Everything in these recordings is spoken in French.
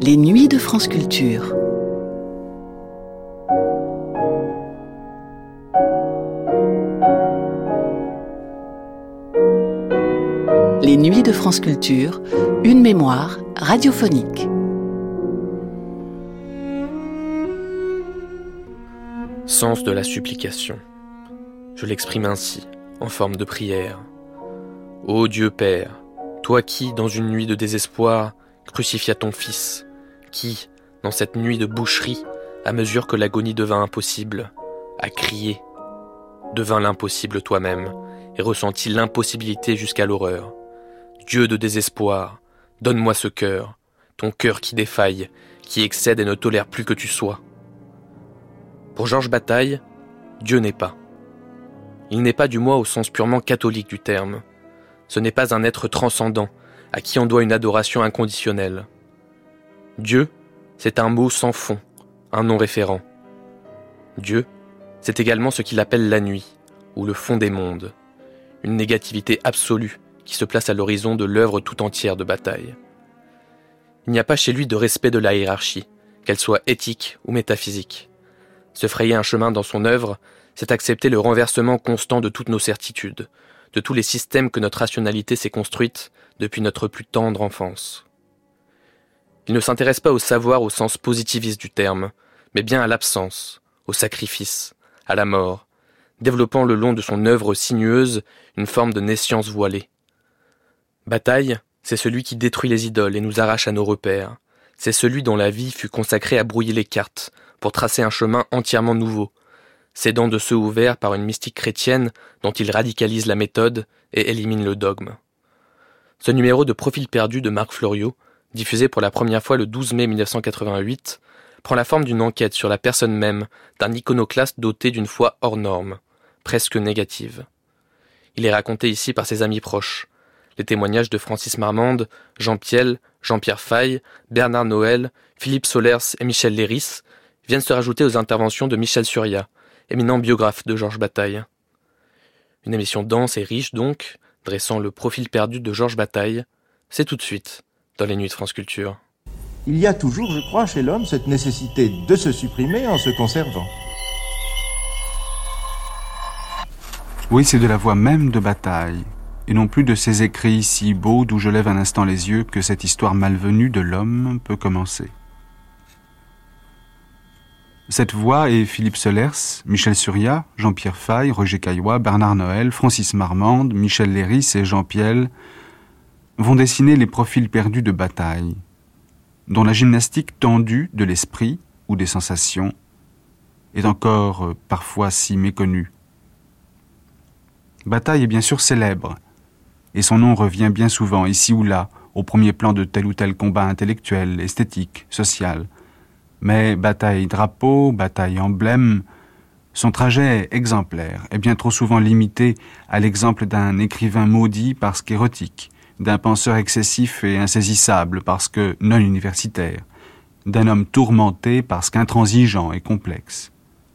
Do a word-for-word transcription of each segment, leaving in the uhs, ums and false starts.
Les Nuits de France Culture. Les Nuits de France Culture, une mémoire radiophonique. Sens de la supplication. Je l'exprime ainsi, en forme de prière. Ô Dieu Père, toi qui, dans une nuit de désespoir, crucifia ton Fils, qui, dans cette nuit de boucherie, à mesure que l'agonie devint impossible, a crié, devint l'impossible toi-même, et ressentit l'impossibilité jusqu'à l'horreur. Dieu de désespoir, donne-moi ce cœur, ton cœur qui défaille, qui excède et ne tolère plus que tu sois. Pour Georges Bataille, Dieu n'est pas. Il n'est pas du moins au sens purement catholique du terme. Ce n'est pas un être transcendant, à qui on doit une adoration inconditionnelle. Dieu, c'est un mot sans fond, un non référent. Dieu, c'est également ce qu'il appelle la nuit, ou le fond des mondes, une négativité absolue qui se place à l'horizon de l'œuvre tout entière de Bataille. Il n'y a pas chez lui de respect de la hiérarchie, qu'elle soit éthique ou métaphysique. Se frayer un chemin dans son œuvre, c'est accepter le renversement constant de toutes nos certitudes, de tous les systèmes que notre rationalité s'est construite depuis notre plus tendre enfance. Il ne s'intéresse pas au savoir au sens positiviste du terme, mais bien à l'absence, au sacrifice, à la mort, développant le long de son œuvre sinueuse une forme de nescience voilée. Bataille, c'est celui qui détruit les idoles et nous arrache à nos repères. C'est celui dont la vie fut consacrée à brouiller les cartes, pour tracer un chemin entièrement nouveau, s'aidant de ceux ouverts par une mystique chrétienne dont il radicalise la méthode et élimine le dogme. Ce numéro de Profil perdu de Marc Fleuriot, diffusé pour la première fois le douze mai mille neuf cent quatre-vingt-huit, prend la forme d'une enquête sur la personne même d'un iconoclaste doté d'une foi hors norme, presque négative. Il est raconté ici par ses amis proches. Les témoignages de Francis Marmande, Jean Piel, Jean-Pierre Faye, Bernard Noël, Philippe Solers et Michel Léris viennent se rajouter aux interventions de Michel Surya, éminent biographe de Georges Bataille. Une émission dense et riche donc, dressant le profil perdu de Georges Bataille, c'est tout de suite dans les Nuits de France Culture. Il y a toujours, je crois, chez l'homme cette nécessité de se supprimer en se conservant. Oui, c'est de la voix même de Bataille, et non plus de ces écrits si beaux d'où je lève un instant les yeux que cette histoire malvenue de l'homme peut commencer. Cette voix est Philippe Solers, Michel Surya, Jean-Pierre Faye, Roger Caillois, Bernard Noël, Francis Marmande, Michel Léris et Jean Piel vont dessiner les profils perdus de Bataille, dont la gymnastique tendue de l'esprit ou des sensations est encore euh, parfois si méconnue. Bataille est bien sûr célèbre, et son nom revient bien souvent, ici ou là, au premier plan de tel ou tel combat intellectuel, esthétique, social. Mais Bataille drapeau, Bataille emblème, son trajet est exemplaire et bien trop souvent limité à l'exemple d'un écrivain maudit parce qu'érotique, d'un penseur excessif et insaisissable parce que non universitaire, d'un homme tourmenté parce qu'intransigeant et complexe.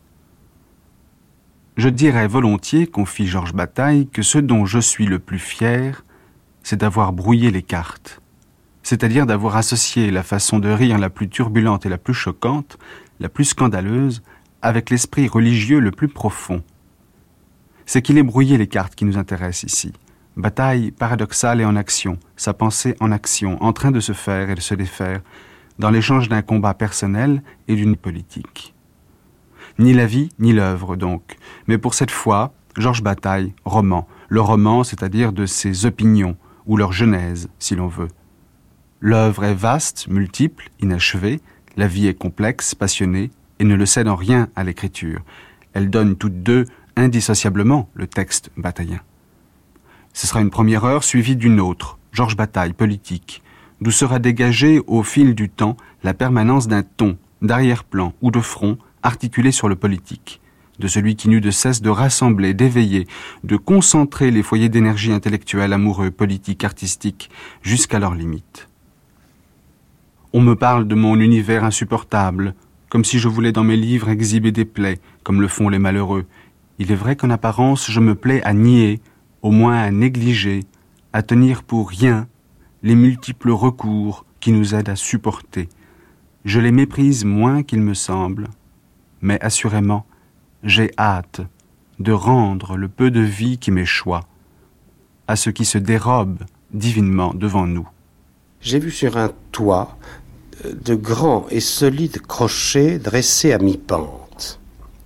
Je dirais volontiers, confie Georges Bataille, que ce dont je suis le plus fier, c'est d'avoir brouillé les cartes. C'est-à-dire d'avoir associé la façon de rire la plus turbulente et la plus choquante, la plus scandaleuse, avec l'esprit religieux le plus profond. C'est qu'il ait brouillé les cartes qui nous intéressent ici. Bataille paradoxale et en action, sa pensée en action, en train de se faire et de se défaire, dans l'échange d'un combat personnel et d'une politique. Ni la vie, ni l'œuvre donc, mais pour cette fois, Georges Bataille, roman, le roman, c'est-à-dire de ses opinions, ou leur genèse, si l'on veut. L'œuvre est vaste, multiple, inachevée, la vie est complexe, passionnée, et ne le cède en rien à l'écriture. Elles donnent toutes deux indissociablement le texte bataillien. Ce sera une première heure suivie d'une autre, Georges Bataille, politique, d'où sera dégagée au fil du temps la permanence d'un ton, d'arrière-plan ou de front articulé sur le politique, de celui qui n'eut de cesse de rassembler, d'éveiller, de concentrer les foyers d'énergie intellectuelle, amoureux, politique, artistique, jusqu'à leurs limites. On me parle de mon univers insupportable, comme si je voulais dans mes livres exhiber des plaies, comme le font les malheureux. Il est vrai qu'en apparence, je me plais à nier, au moins à négliger, à tenir pour rien les multiples recours qui nous aident à supporter, Je les méprise moins qu'il me semble, mais assurément, j'ai hâte de rendre le peu de vie qui m'échoit à ce qui se dérobe divinement devant nous. J'ai vu sur un toit de grands et solides crochets dressés à mi-pente.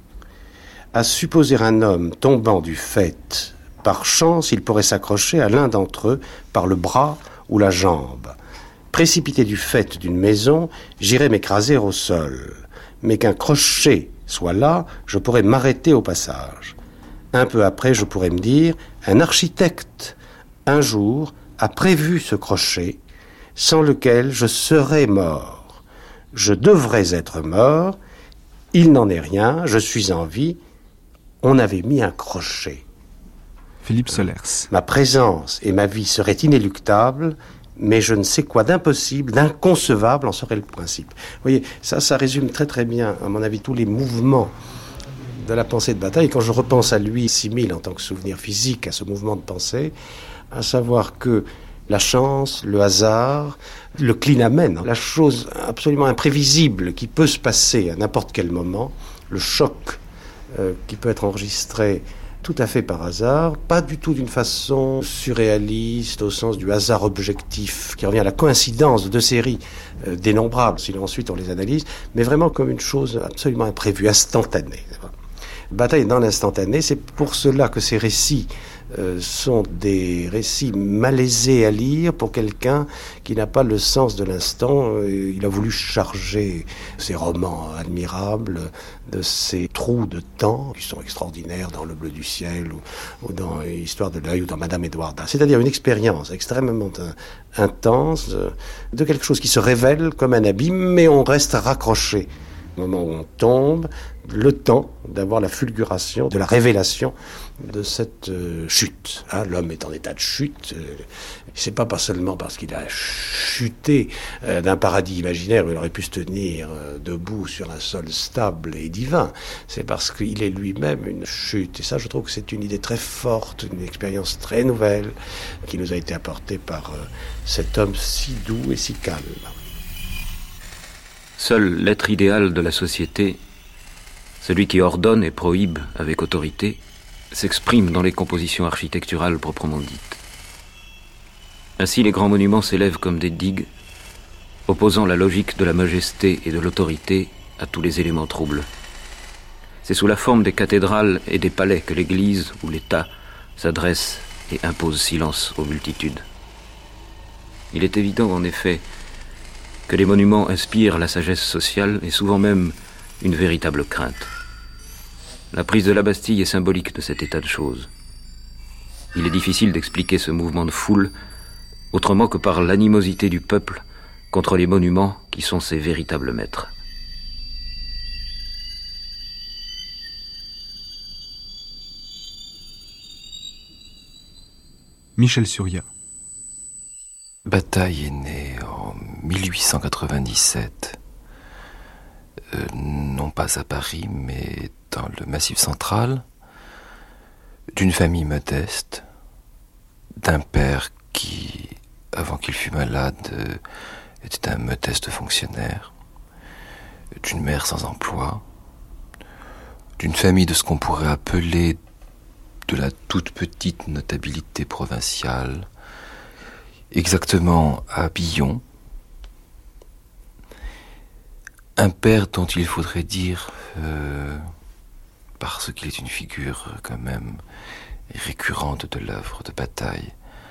À supposer un homme tombant du faîte, par chance, il pourrait s'accrocher à l'un d'entre eux par le bras ou la jambe. Précipité du faîte d'une maison, j'irais m'écraser au sol. Mais qu'un crochet soit là, je pourrais m'arrêter au passage. Un peu après, je pourrais me dire, un architecte, un jour, a prévu ce crochet, sans lequel je serais mort. Je devrais être mort, il n'en est rien, je suis en vie, on avait mis un crochet. Philippe Solers. Ma présence et ma vie seraient inéluctables, mais je ne sais quoi d'impossible, d'inconcevable en serait le principe. Vous voyez, ça, ça résume très très bien, à mon avis, tous les mouvements de la pensée de Bataille. Quand je repense à lui, simile en tant que souvenir physique à ce mouvement de pensée, à savoir que la chance, le hasard, le clinamen, la chose absolument imprévisible qui peut se passer à n'importe quel moment, le choc euh, qui peut être enregistré tout à fait par hasard, pas du tout d'une façon surréaliste au sens du hasard objectif qui revient à la coïncidence de deux séries euh, dénombrables, si ensuite on les analyse, mais vraiment comme une chose absolument imprévue, instantanée. Bataille dans l'instantané, c'est pour cela que ces récits euh, sont des récits malaisés à lire pour quelqu'un qui n'a pas le sens de l'instant. Euh, il a voulu charger ces romans admirables de ces trous de temps qui sont extraordinaires dans Le Bleu du ciel ou, ou dans Histoire de l'œil ou dans Madame Edwarda. C'est-à-dire une expérience extrêmement in- intense euh, de quelque chose qui se révèle comme un abîme, mais on reste raccroché. Au moment où on tombe, le temps d'avoir la fulguration, de la révélation de cette euh, chute. Hein, l'homme est en état de chute. Euh, c'est pas, pas seulement parce qu'il a chuté euh, d'un paradis imaginaire où il aurait pu se tenir euh, debout sur un sol stable et divin. C'est parce qu'il est lui-même une chute. Et ça, je trouve que c'est une idée très forte, une expérience très nouvelle qui nous a été apportée par euh, cet homme si doux et si calme. Seul l'être idéal de la société, celui qui ordonne et prohibe avec autorité, s'exprime dans les compositions architecturales proprement dites. Ainsi, les grands monuments s'élèvent comme des digues, opposant la logique de la majesté et de l'autorité à tous les éléments troubles. C'est sous la forme des cathédrales et des palais que l'Église ou l'État s'adresse et impose silence aux multitudes. Il est évident, en effet, que les monuments inspirent la sagesse sociale et souvent même une véritable crainte. La prise de la Bastille est symbolique de cet état de choses. Il est difficile d'expliquer ce mouvement de foule autrement que par l'animosité du peuple contre les monuments qui sont ses véritables maîtres. Michel Surya. Bataille est né en mille huit cent quatre-vingt-dix-sept, euh, non pas à Paris, mais dans le Massif central, d'une famille modeste, d'un père qui, avant qu'il fût malade, euh, était un modeste fonctionnaire, d'une mère sans emploi, d'une famille de ce qu'on pourrait appeler de la toute petite notabilité provinciale, exactement à Billon. Un père dont il faudrait dire, euh, parce qu'il est une figure quand même récurrente de l'œuvre de Bataille,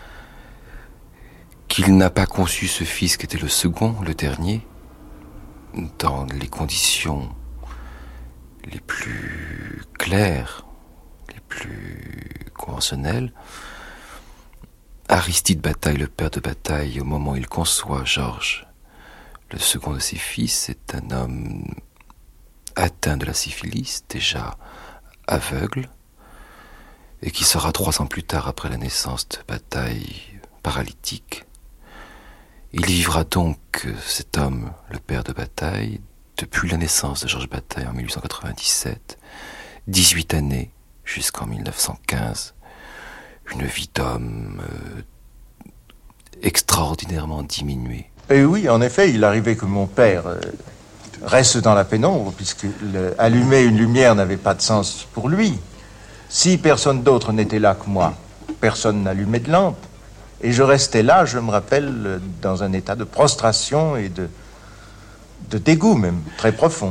qu'il n'a pas conçu ce fils qui était le second, le dernier, dans les conditions les plus claires, les plus conventionnelles. Aristide Bataille, le père de Bataille, au moment où il conçoit Georges, le second de ses fils, est un homme atteint de la syphilis, déjà aveugle, et qui sera trois ans plus tard, après la naissance de Bataille, paralytique. Il vivra donc, cet homme, le père de Bataille, depuis la naissance de Georges Bataille en mille huit cent quatre-vingt-dix-sept, dix-huit années jusqu'en mille neuf cent quinze, une vie d'homme euh, extraordinairement diminuée. Et oui, en effet, il arrivait que mon père euh, reste dans la pénombre, puisque le, allumer une lumière n'avait pas de sens pour lui. Si personne d'autre n'était là que moi, personne n'allumait de lampe. Et je restais là, je me rappelle, dans un état de prostration et de, de dégoût même, très profond.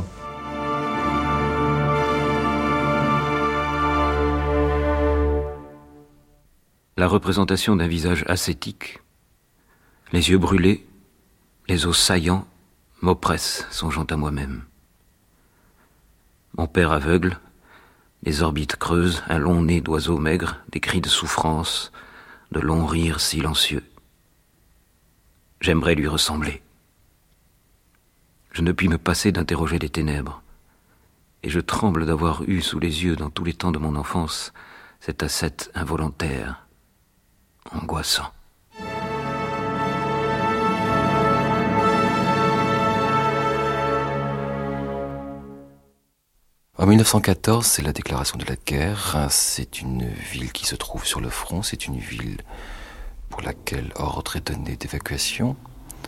La représentation d'un visage ascétique, les yeux brûlés, les os saillants, m'oppresse, songeant à moi-même. Mon père aveugle, les orbites creuses, un long nez d'oiseau maigre, des cris de souffrance, de longs rires silencieux. J'aimerais lui ressembler. Je ne puis me passer d'interroger les ténèbres, et je tremble d'avoir eu sous les yeux, dans tous les temps de mon enfance, cet ascète involontaire, angoissant. En mille neuf cent quatorze, c'est la déclaration de la guerre. Reims, c'est une ville qui se trouve sur le front. C'est une ville pour laquelle ordre est donné d'évacuation.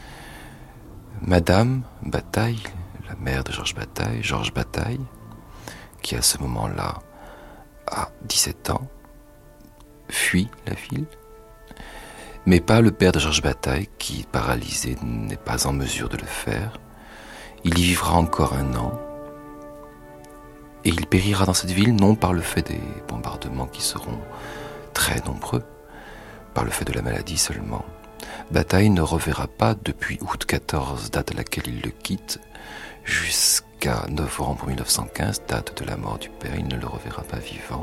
Madame Bataille, la mère de Georges Bataille, Georges Bataille, qui à ce moment-là a dix-sept ans, fuit la ville. Mais pas le père de Georges Bataille, qui, paralysé, n'est pas en mesure de le faire. Il y vivra encore un an. Et il périra dans cette ville, non par le fait des bombardements qui seront très nombreux, par le fait de la maladie seulement. Bataille ne reverra pas depuis août quatorze, date à laquelle il le quitte, jusqu'à novembre mille neuf cent quinze, date de la mort du père, il ne le reverra pas vivant.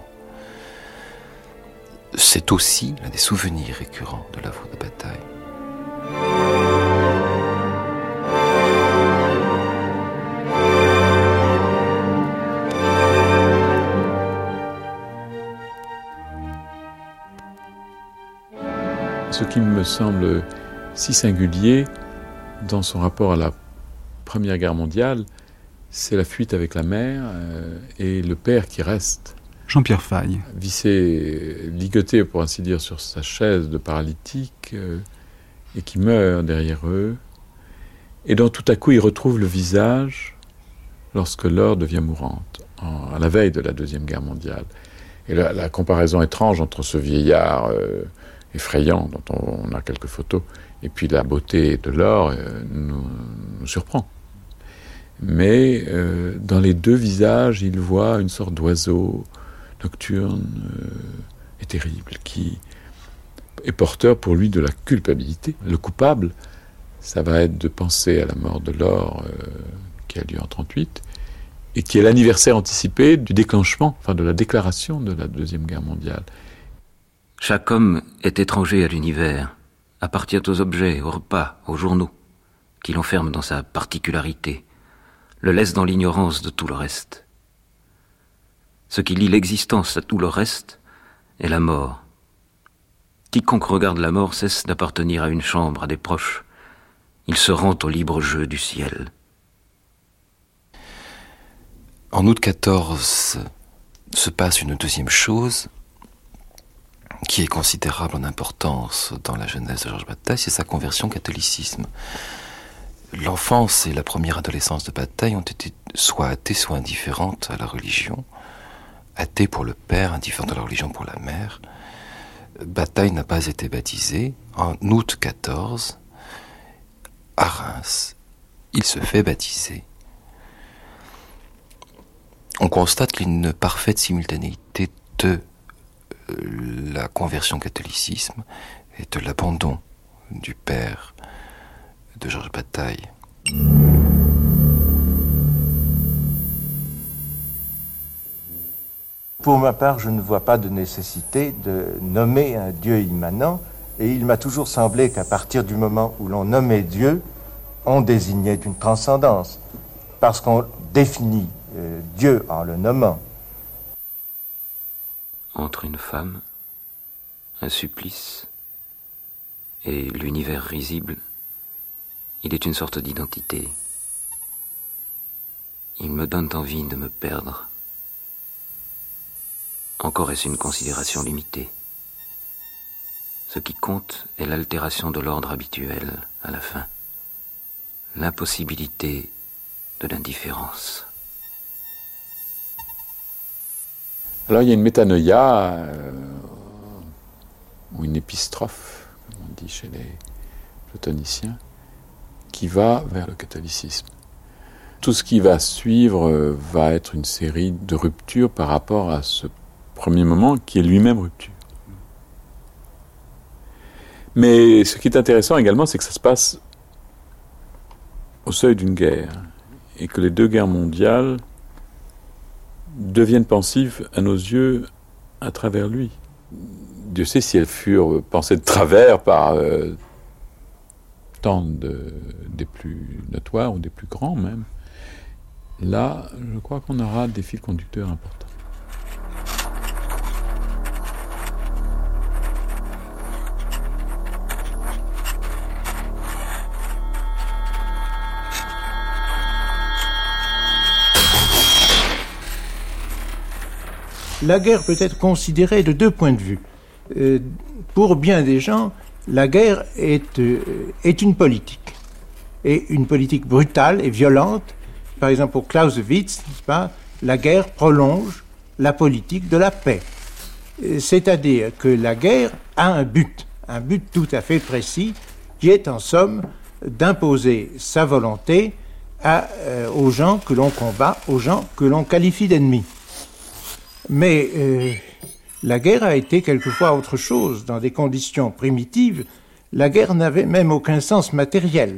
C'est aussi l'un des souvenirs récurrents de l'œuvre de Bataille. Ce qui me semble si singulier dans son rapport à la Première Guerre mondiale, c'est la fuite avec la mère euh, et le père qui reste. Jean-Pierre Faye. Vissé, ligoté pour ainsi dire sur sa chaise de paralytique euh, et qui meurt derrière eux. Et dont tout à coup il retrouve le visage lorsque Laure devient mourante, en, à la veille de la Deuxième Guerre mondiale. Et la, la comparaison étrange entre ce vieillard euh, effrayant, dont on, on a quelques photos, et puis la beauté de Laure euh, nous, nous surprend. Mais euh, dans les deux visages, il voit une sorte d'oiseau nocturne euh, et terrible, qui est porteur pour lui de la culpabilité. Le coupable, ça va être de penser à la mort de Laure, euh, qui a lieu en trente-huit, et qui est l'anniversaire anticipé du déclenchement, enfin de la déclaration de la Deuxième Guerre mondiale. Chaque homme est étranger à l'univers, appartient aux objets, aux repas, aux journaux, qui l'enferment dans sa particularité, le laisse dans l'ignorance de tout le reste. Ce qui lie l'existence à tout le reste est la mort. Quiconque regarde la mort cesse d'appartenir à une chambre, à des proches. Il se rend au libre jeu du ciel. En août quatorze se passe une deuxième chose qui est considérable en importance dans la jeunesse de Georges Bataille, c'est sa conversion au catholicisme. L'enfance et la première adolescence de Bataille ont été soit athées, soit indifférentes à la religion. Athée pour le père, indifférente à la religion pour la mère. Bataille n'a pas été baptisé. En août quatorze, à Reims, il se fait baptiser. On constate qu'il y a une parfaite simultanéité de la conversion au catholicisme et de l'abandon du père de Georges Bataille. Pour ma part, je ne vois pas de nécessité de nommer un Dieu immanent, et il m'a toujours semblé qu'à partir du moment où l'on nommait Dieu, on désignait une transcendance, parce qu'on définit euh, Dieu en le nommant. Entre une femme, un supplice et l'univers risible, il est une sorte d'identité. Il me donne envie de me perdre. Encore est-ce une considération limitée. Ce qui compte est l'altération de l'ordre habituel à la fin. L'impossibilité de l'indifférence. Alors il y a une métanoïa, euh, ou une épistrophe, comme on dit chez les platoniciens, qui va vers le catholicisme. Tout ce qui va suivre euh, va être une série de ruptures par rapport à ce premier moment qui est lui-même rupture. Mais ce qui est intéressant également, c'est que ça se passe au seuil d'une guerre, et que les deux guerres mondiales deviennent pensives à nos yeux à travers lui. Dieu sait si elles furent pensées de travers par euh, tant de, des plus notoires ou des plus grands même. Là, je crois qu'on aura des fils conducteurs importants. La guerre peut être considérée de deux points de vue. Euh, pour bien des gens, la guerre est, euh, est une politique. Et une politique brutale et violente. Par exemple, pour Clausewitz, n'est-ce pas, la guerre prolonge la politique de la paix. C'est-à-dire que la guerre a un but, un but tout à fait précis, qui est en somme d'imposer sa volonté à, euh, aux gens que l'on combat, aux gens que l'on qualifie d'ennemis. Mais euh, la guerre a été quelquefois autre chose. Dans des conditions primitives, la guerre n'avait même aucun sens matériel.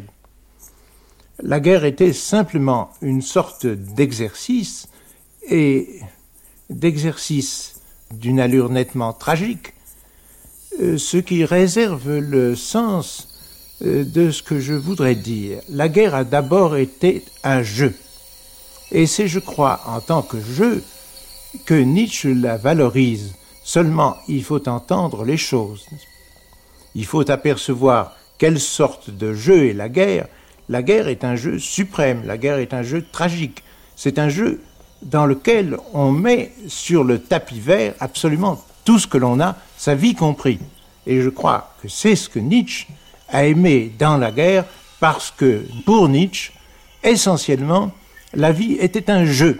La guerre était simplement une sorte d'exercice, et d'exercice d'une allure nettement tragique, euh, ce qui réserve le sens euh, de ce que je voudrais dire. La guerre a d'abord été un jeu. Et c'est, je crois, en tant que jeu, que Nietzsche la valorise. Seulement, il faut entendre les choses. Il faut apercevoir quelle sorte de jeu est la guerre. La guerre est un jeu suprême, la guerre est un jeu tragique. C'est un jeu dans lequel on met sur le tapis vert absolument tout ce que l'on a, sa vie compris. Et je crois que c'est ce que Nietzsche a aimé dans la guerre, parce que pour Nietzsche, essentiellement, la vie était un jeu.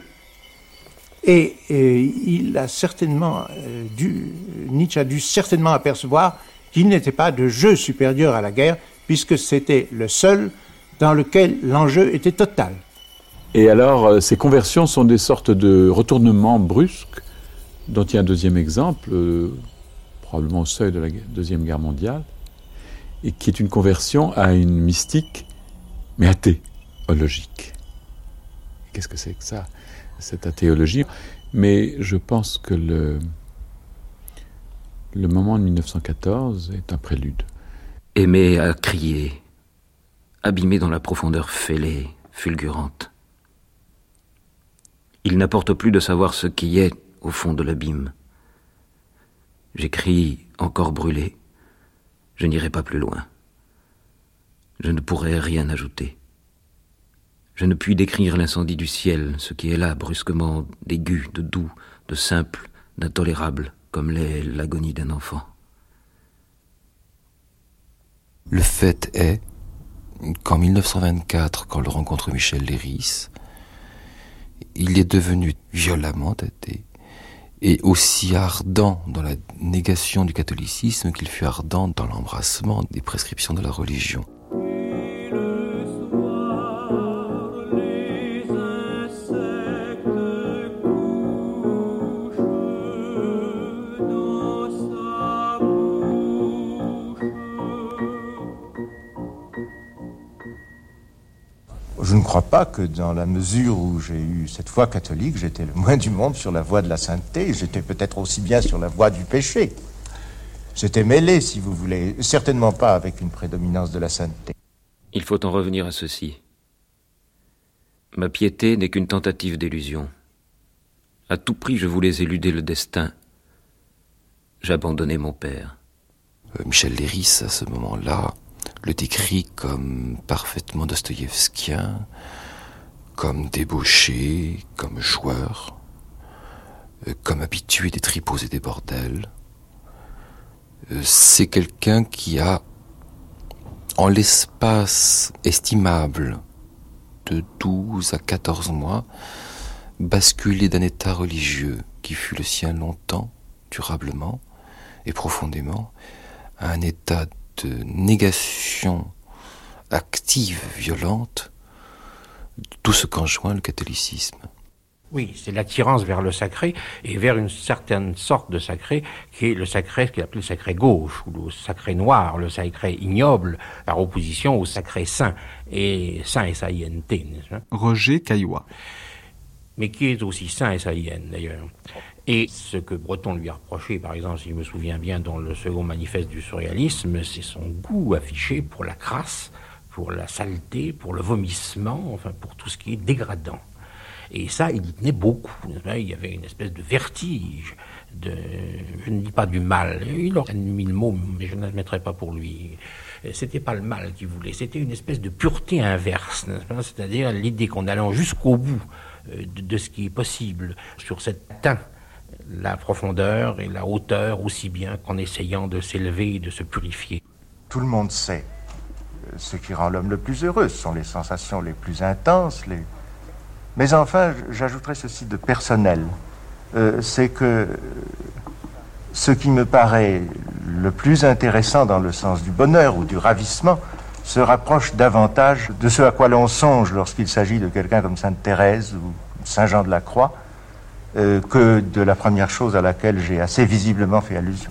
Et, et il a certainement euh, dû, Nietzsche a dû certainement apercevoir qu'il n'était pas de jeu supérieur à la guerre, puisque c'était le seul dans lequel l'enjeu était total. Et alors, ces conversions sont des sortes de retournements brusques, dont il y a un deuxième exemple, euh, probablement au seuil de la Deuxième Guerre mondiale, et qui est une conversion à une mystique, mais athéologique. Qu'est-ce que c'est que ça, cette athéologie? Mais je pense que le, le moment de mille neuf cent quatorze est un prélude. Aimer à crier, abîmé dans la profondeur fêlée, fulgurante. Il n'apporte plus de savoir ce qui est au fond de l'abîme. J'écris encore brûlé. Je n'irai pas plus loin. Je ne pourrai rien ajouter. Je ne puis décrire l'incendie du ciel, ce qui est là, brusquement, d'aigu, de doux, de simple, d'intolérable, comme l'est l'agonie d'un enfant. Le fait est qu'en mille neuf cent vingt-quatre, quand le rencontre Michel Léris, il est devenu violemment athée et aussi ardent dans la négation du catholicisme qu'il fut ardent dans l'embrassement des prescriptions de la religion. Je ne crois pas que dans la mesure où j'ai eu cette foi catholique, j'étais le moins du monde sur la voie de la sainteté, j'étais peut-être aussi bien sur la voie du péché. J'étais mêlé, si vous voulez, certainement pas avec une prédominance de la sainteté. Il faut en revenir à ceci. Ma piété n'est qu'une tentative d'illusion. À tout prix, je voulais éluder le destin. J'abandonnais mon père. Euh, Michel Léris, à ce moment-là, le décrit comme parfaitement dostoïevskien, comme débauché, comme joueur, euh, comme habitué des tripots et des bordels. Euh, c'est quelqu'un qui a, en l'espace estimable de douze à quatorze mois, basculer d'un état religieux qui fut le sien longtemps, durablement et profondément, à un état de négation active, violente, tout ce qu'enjoint le catholicisme. Oui, c'est l'attirance vers le sacré et vers une certaine sorte de sacré qui est le sacré, ce qu'il appelle le sacré gauche ou le sacré noir, le sacré ignoble, par opposition au sacré saint, et saint S A I N T, n'est-ce pas ? Roger Caillois. Mais qui est aussi saint S A I N d'ailleurs. Et ce que Breton lui a reproché, par exemple, si je me souviens bien, dans le second manifeste du surréalisme, c'est son goût affiché pour la crasse, pour la saleté, pour le vomissement, enfin pour tout ce qui est dégradant. Et ça, il y tenait beaucoup. Il y avait une espèce de vertige, de, je ne dis pas du mal, il aurait mis le mot, mais je ne l'admettrai pas pour lui. C'était pas le mal qu'il voulait, c'était une espèce de pureté inverse, c'est-à-dire l'idée qu'on allant jusqu'au bout de, de ce qui est possible sur cette teinte, la profondeur et la hauteur aussi bien qu'en essayant de s'élever et de se purifier. Tout le monde sait. Ce qui rend l'homme le plus heureux, ce sont les sensations les plus intenses, les... Mais enfin, j'ajouterais ceci de personnel. Euh, c'est que ce qui me paraît le plus intéressant dans le sens du bonheur ou du ravissement se rapproche davantage de ce à quoi l'on songe lorsqu'il s'agit de quelqu'un comme Sainte Thérèse ou Saint Jean de la Croix, euh, que de la première chose à laquelle j'ai assez visiblement fait allusion.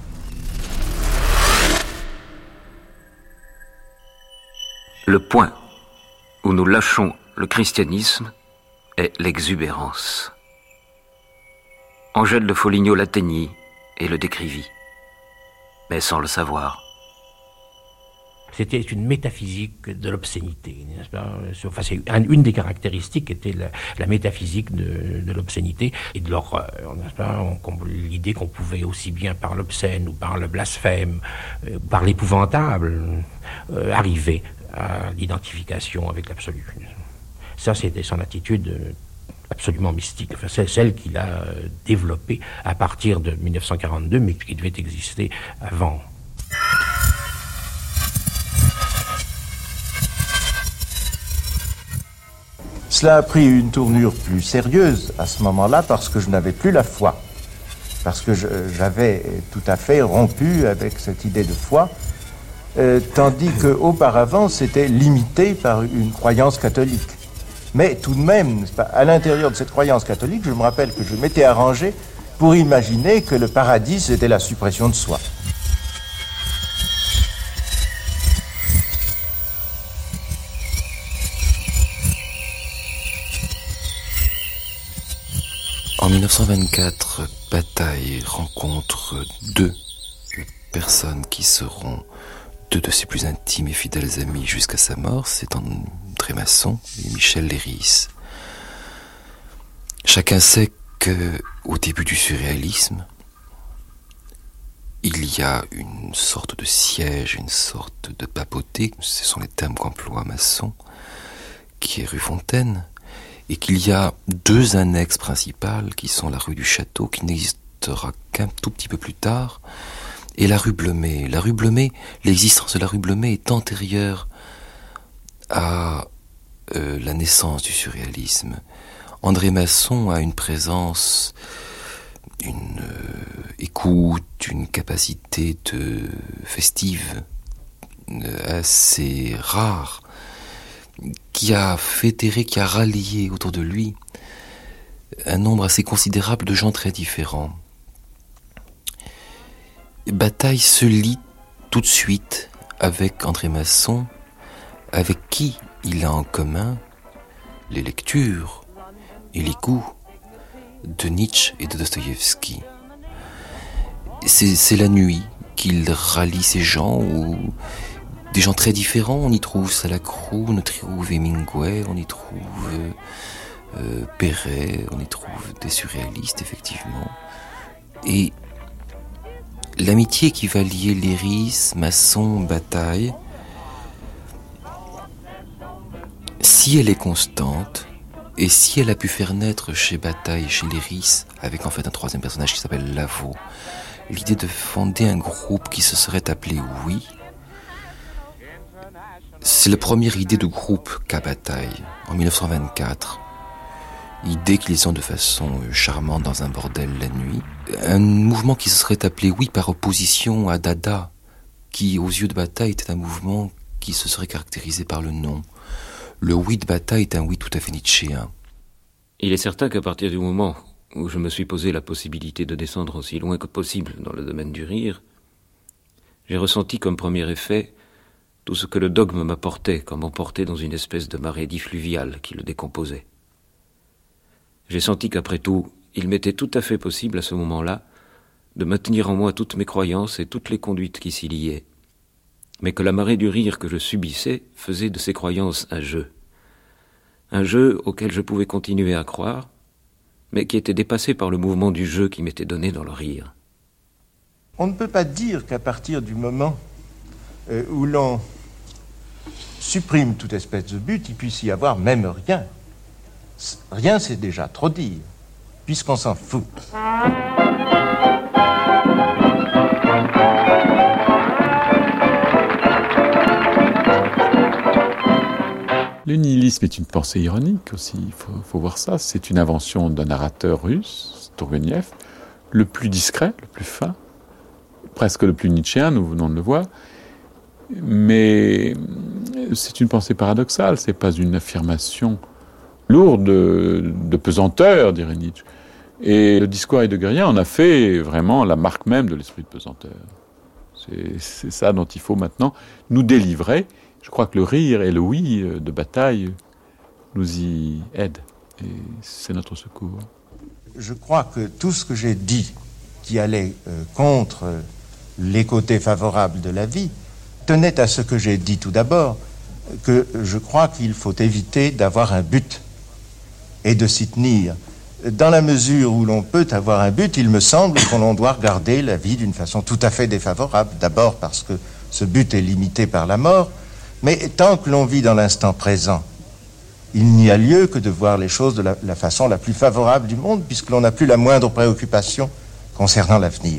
Le point où nous lâchons le christianisme est l'exubérance. Angèle de Foligno l'atteignit et le décrivit, mais sans le savoir. C'était une métaphysique de l'obscénité, n'est-ce pas ? Enfin, c'est une des caractéristiques était la, la métaphysique de, de l'obscénité et de l'horreur, n'est-ce pas ? On, l'idée qu'on pouvait aussi bien par l'obscène ou par le blasphème, euh, par l'épouvantable, euh, arriver à l'identification avec l'absolu. Ça, c'était son attitude absolument mystique. Enfin, c'est celle qu'il a développée à partir de mille neuf cent quarante-deux, mais qui devait exister avant. Cela a pris une tournure plus sérieuse à ce moment-là parce que je n'avais plus la foi. Parce que je, j'avais tout à fait rompu avec cette idée de foi, euh, tandis qu'auparavant, c'était limité par une croyance catholique. Mais tout de même, à l'intérieur de cette croyance catholique, je me rappelle que je m'étais arrangé pour imaginer que le paradis, c'était la suppression de soi. En mille neuf cent vingt-quatre, Bataille rencontre deux personnes qui seront deux de ses plus intimes et fidèles amis jusqu'à sa mort, c'est André Masson et Michel Leiris. Chacun sait que, au début du surréalisme, il y a une sorte de siège, une sorte de papauté, ce sont les termes qu'emploie Masson, qui est rue Fontaine, et qu'il y a deux annexes principales qui sont la rue du Château, qui n'existera qu'un tout petit peu plus tard, et la rue Blomet. La rue Blomet, l'existence de la rue Blomet est antérieure à euh, la naissance du surréalisme. André Masson a une présence, une euh, écoute, une capacité de festive euh, assez rare, qui a fédéré, qui a rallié autour de lui un nombre assez considérable de gens très différents. Bataille se lie tout de suite avec André Masson, avec qui il a en commun les lectures et les goûts de Nietzsche et de Dostoïevski. C'est, c'est la nuit qu'il rallie ces gens, où des gens très différents. On y trouve Salacrou, on y trouve Hemingway, on y trouve euh, Perret, on y trouve des surréalistes, effectivement. Et l'amitié qui va lier Leiris, Masson, Bataille, si elle est constante, et si elle a pu faire naître chez Bataille et chez Leiris, avec en fait un troisième personnage qui s'appelle Lavaux, l'idée de fonder un groupe qui se serait appelé Oui, C'est la première idée de groupe qu'a Bataille, en mille neuf cent vingt-quatre. Idée qu'il sent de façon charmante dans un bordel la nuit. Un mouvement qui se serait appelé oui par opposition à Dada, qui aux yeux de Bataille était un mouvement qui se serait caractérisé par le nom. Le oui de Bataille est un oui tout à fait nietzschéen. Il est certain qu'à partir du moment où je me suis posé la possibilité de descendre aussi loin que possible dans le domaine du rire, j'ai ressenti comme premier effet tout ce que le dogme m'apportait comme emporté dans une espèce de marée diffluviale qui le décomposait. J'ai senti qu'après tout, il m'était tout à fait possible à ce moment-là de maintenir en moi toutes mes croyances et toutes les conduites qui s'y liaient, mais que la marée du rire que je subissais faisait de ces croyances un jeu. Un jeu auquel je pouvais continuer à croire, mais qui était dépassé par le mouvement du jeu qui m'était donné dans le rire. On ne peut pas dire qu'à partir du moment euh, où l'on supprime toute espèce de but, il puisse y avoir même rien. Rien, c'est déjà trop dire, puisqu'on s'en fout. Le nihilisme est une pensée ironique aussi, il faut, faut voir ça. C'est une invention d'un narrateur russe, Tourgueniev, le plus discret, le plus fin, presque le plus nietzschéen, nous venons de le voir. Mais c'est une pensée paradoxale, c'est pas une affirmation lourde de, de pesanteur, dirait Nietzsche. Et le discours heideggerien en a fait vraiment la marque même de l'esprit de pesanteur. C'est, c'est ça dont il faut maintenant nous délivrer. Je crois que le rire et le oui de Bataille nous y aident. Et c'est notre secours. Je crois que tout ce que j'ai dit qui allait euh, contre les côtés favorables de la vie tenait à ce que j'ai dit tout d'abord, que je crois qu'il faut éviter d'avoir un but et de s'y tenir. Dans la mesure où l'on peut avoir un but, il me semble qu'on doit regarder la vie d'une façon tout à fait défavorable. D'abord parce que ce but est limité par la mort, mais tant que l'on vit dans l'instant présent, il n'y a lieu que de voir les choses de la, la façon la plus favorable du monde, puisque l'on n'a plus la moindre préoccupation concernant l'avenir.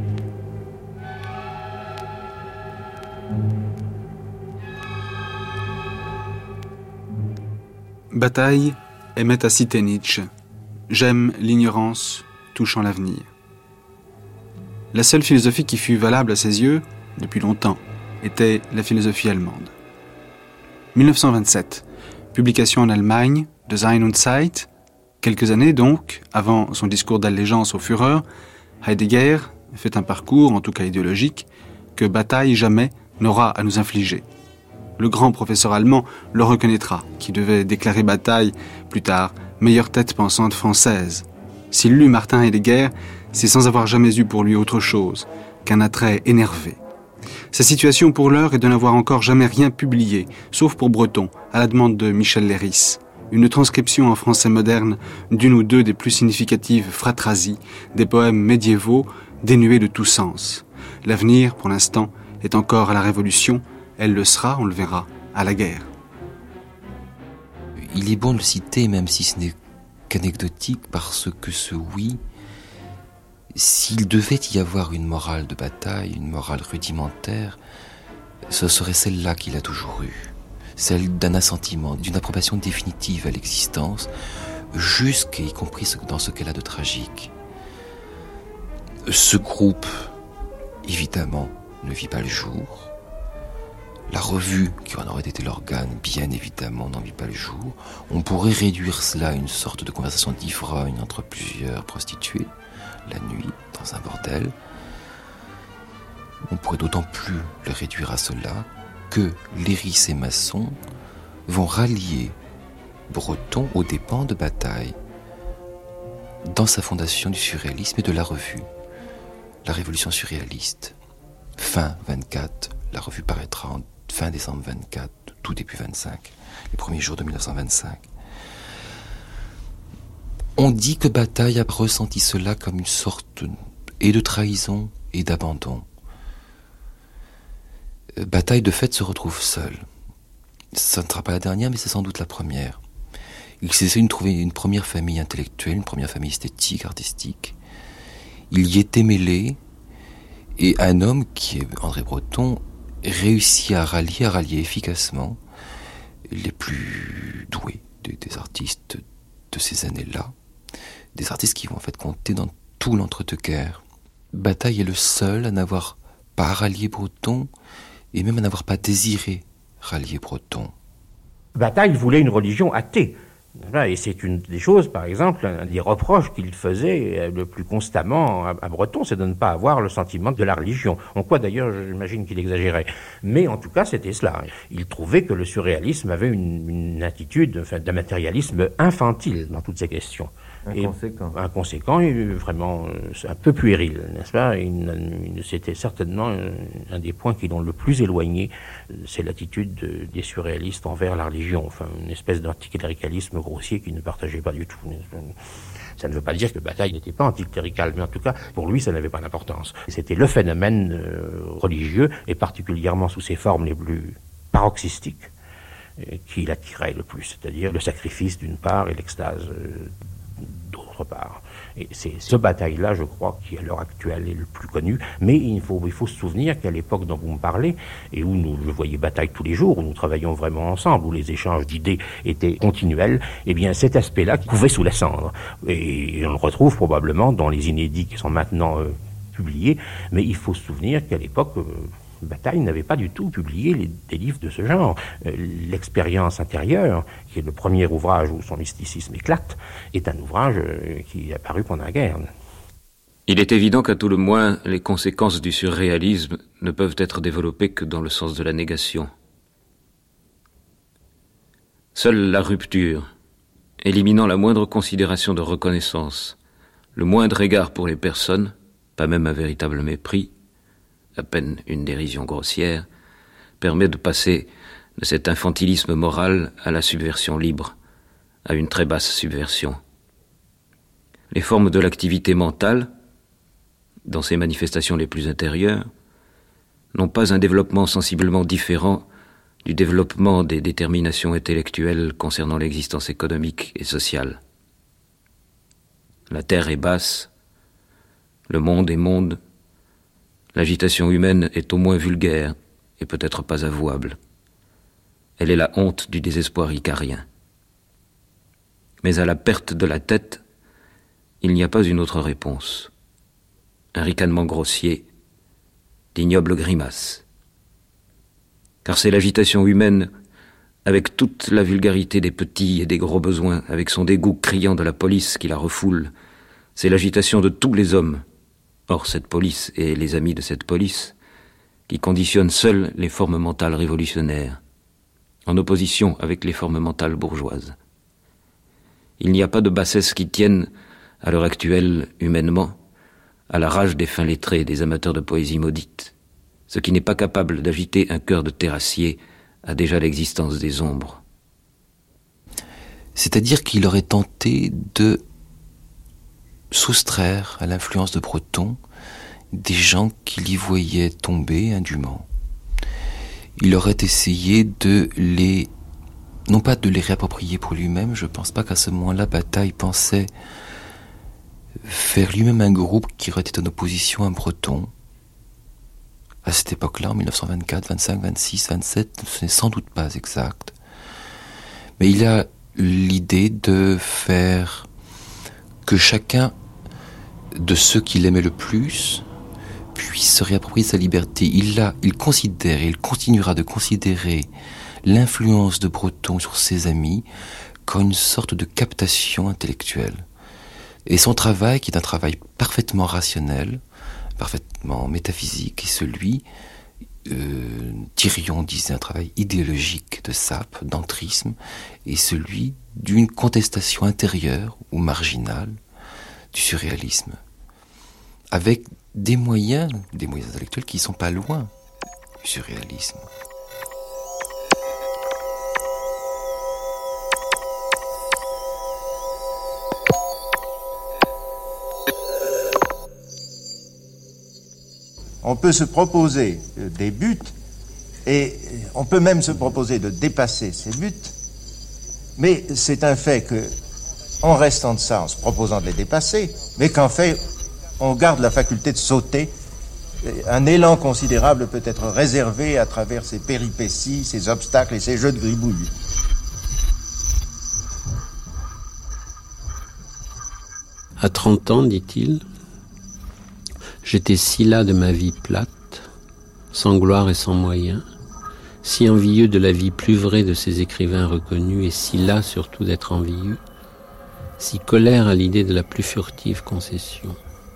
Bataille aimait à citer Nietzsche. J'aime l'ignorance touchant l'avenir. La seule philosophie qui fut valable à ses yeux, depuis longtemps, était la philosophie allemande. mille neuf cent vingt-sept, publication en Allemagne de Sein und Zeit. Quelques années donc, avant son discours d'allégeance au Führer, Heidegger fait un parcours, en tout cas idéologique, que Bataille jamais n'aura à nous infliger. Le grand professeur allemand le reconnaîtra, qui devait déclarer Bataille, plus tard, meilleure tête pensante française. S'il lut Martin Heidegger, c'est sans avoir jamais eu pour lui autre chose qu'un attrait énervé. Sa situation pour l'heure est de n'avoir encore jamais rien publié, sauf pour Breton, à la demande de Michel Léris. Une transcription en français moderne d'une ou deux des plus significatives phratrasies, des poèmes médiévaux dénués de tout sens. L'avenir, pour l'instant, est encore à la Révolution. Elle le sera, on le verra, à la guerre. Il est bon de le citer, même si ce n'est qu'anecdotique, parce que ce oui, s'il devait y avoir une morale de Bataille, une morale rudimentaire, ce serait celle-là qu'il a toujours eue. Celle d'un assentiment, d'une approbation définitive à l'existence, jusqu'à y compris dans ce qu'elle a de tragique. Ce groupe, évidemment, ne vit pas le jour. La revue, qui en aurait été l'organe, bien évidemment, n'en vit pas le jour. On pourrait réduire cela à une sorte de conversation d'ivrogne entre plusieurs prostituées, la nuit, dans un bordel. On pourrait d'autant plus le réduire à cela que Léris et Masson vont rallier Breton aux dépens de Bataille dans sa fondation du surréalisme et de la revue, la Révolution surréaliste. Fin vingt-quatre, la revue paraîtra en fin décembre vingt-quatre, tout début vingt-cinq, les premiers jours de mille neuf cent vingt-cinq. On dit que Bataille a ressenti cela comme une sorte et de trahison et d'abandon. Bataille, de fait, se retrouve seul. Ça ne sera pas la dernière, mais c'est sans doute la première. Il s'essaie de trouver une première famille intellectuelle, une première famille esthétique, artistique. Il y était mêlé, et un homme qui est André Breton réussit à rallier, à rallier efficacement les plus doués des, des artistes de ces années-là, des artistes qui vont en fait compter dans tout l'entre-deux-guerres. Bataille est le seul à n'avoir pas rallié Breton et même à n'avoir pas désiré rallier Breton. Bataille voulait une religion athée. Et c'est une des choses, par exemple, un des reproches qu'il faisait le plus constamment à Breton, c'est de ne pas avoir le sentiment de la religion. En quoi d'ailleurs, j'imagine qu'il exagérait. Mais en tout cas, c'était cela. Il trouvait que le surréalisme avait une, une attitude, enfin, d'un matérialisme infantile dans toutes ces questions. Inconséquent. Et, inconséquent et vraiment un peu puéril, n'est-ce pas? Une, c'était certainement un des points qui l'ont le plus éloigné, c'est l'attitude de, des surréalistes envers la religion, enfin une espèce d'anticléricalisme grossier qu'ils ne partageaient pas du tout. Ça ne veut pas dire que Bataille n'était pas anticlérical, mais en tout cas, pour lui, ça n'avait pas d'importance. C'était le phénomène euh, religieux, et particulièrement sous ses formes les plus paroxystiques, euh, qui l'attirait le plus, c'est-à-dire le sacrifice d'une part et l'extase euh, d'autre part. Et c'est ce Bataille-là, je crois, qui à l'heure actuelle est le plus connu. Mais il faut, il faut se souvenir qu'à l'époque dont vous me parlez, et où nous, je voyais Bataille tous les jours, où nous travaillions vraiment ensemble, où les échanges d'idées étaient continuels, eh bien cet aspect-là couvait sous la cendre. Et on le retrouve probablement dans les inédits qui sont maintenant euh, publiés. Mais il faut se souvenir qu'à l'époque, euh, Bataille n'avait pas du tout publié les, des livres de ce genre. Euh, L'expérience intérieure, qui est le premier ouvrage où son mysticisme éclate, est un ouvrage euh, qui est apparu pendant la guerre. Il est évident qu'à tout le moins, les conséquences du surréalisme ne peuvent être développées que dans le sens de la négation. Seule la rupture, éliminant la moindre considération de reconnaissance, le moindre égard pour les personnes, pas même un véritable mépris, à peine une dérision grossière, permet de passer de cet infantilisme moral à la subversion libre, à une très basse subversion. Les formes de l'activité mentale, dans ses manifestations les plus intérieures, n'ont pas un développement sensiblement différent du développement des déterminations intellectuelles concernant l'existence économique et sociale. La terre est basse, le monde est monde, l'agitation humaine est au moins vulgaire et peut-être pas avouable. Elle est la honte du désespoir icarien. Mais à la perte de la tête, il n'y a pas une autre réponse. Un ricanement grossier, d'ignobles grimaces. Car c'est l'agitation humaine, avec toute la vulgarité des petits et des gros besoins, avec son dégoût criant de la police qui la refoule. C'est l'agitation de tous les hommes. Or, cette police et les amis de cette police, qui conditionnent seuls les formes mentales révolutionnaires, en opposition avec les formes mentales bourgeoises. Il n'y a pas de bassesse qui tienne, à l'heure actuelle, humainement, à la rage des fins lettrés et des amateurs de poésie maudite. Ce qui n'est pas capable d'agiter un cœur de terrassier a déjà l'existence des ombres. C'est-à-dire qu'il aurait tenté de soustraire à l'influence de Breton des gens qu'il y voyait tomber indûment. Il aurait essayé de les, non pas de les réapproprier pour lui-même, je pense pas qu'à ce moment-là Bataille pensait faire lui-même un groupe qui aurait été en opposition à Breton. À cette époque-là, en mille neuf cent vingt-quatre, vingt-cinq, vingt-six, vingt-sept, ce n'est sans doute pas exact. Mais il a l'idée de faire que chacun de ceux qu'il aimait le plus puisse se réapproprier sa liberté. Il a, il considère et il continuera de considérer l'influence de Breton sur ses amis comme une sorte de captation intellectuelle. Et son travail, qui est un travail parfaitement rationnel, parfaitement métaphysique, est celui, euh, Thirion disait un travail idéologique de sape, d'entrisme, et celui d'une contestation intérieure ou marginale du surréalisme, avec des moyens, des moyens intellectuels qui ne sont pas loin du surréalisme. On peut se proposer des buts et on peut même se proposer de dépasser ces buts, mais c'est un fait que en restant de ça, en se proposant de les dépasser, mais qu'en fait, on garde la faculté de sauter un élan considérable peut être réservé à travers ces péripéties, ces obstacles et ces jeux de gribouille. À trente ans, dit-il, j'étais si las de ma vie plate, sans gloire et sans moyens, si envieux de la vie plus vraie de ces écrivains reconnus et si las surtout d'être envieux, si colère à l'idée de la plus furtive concession.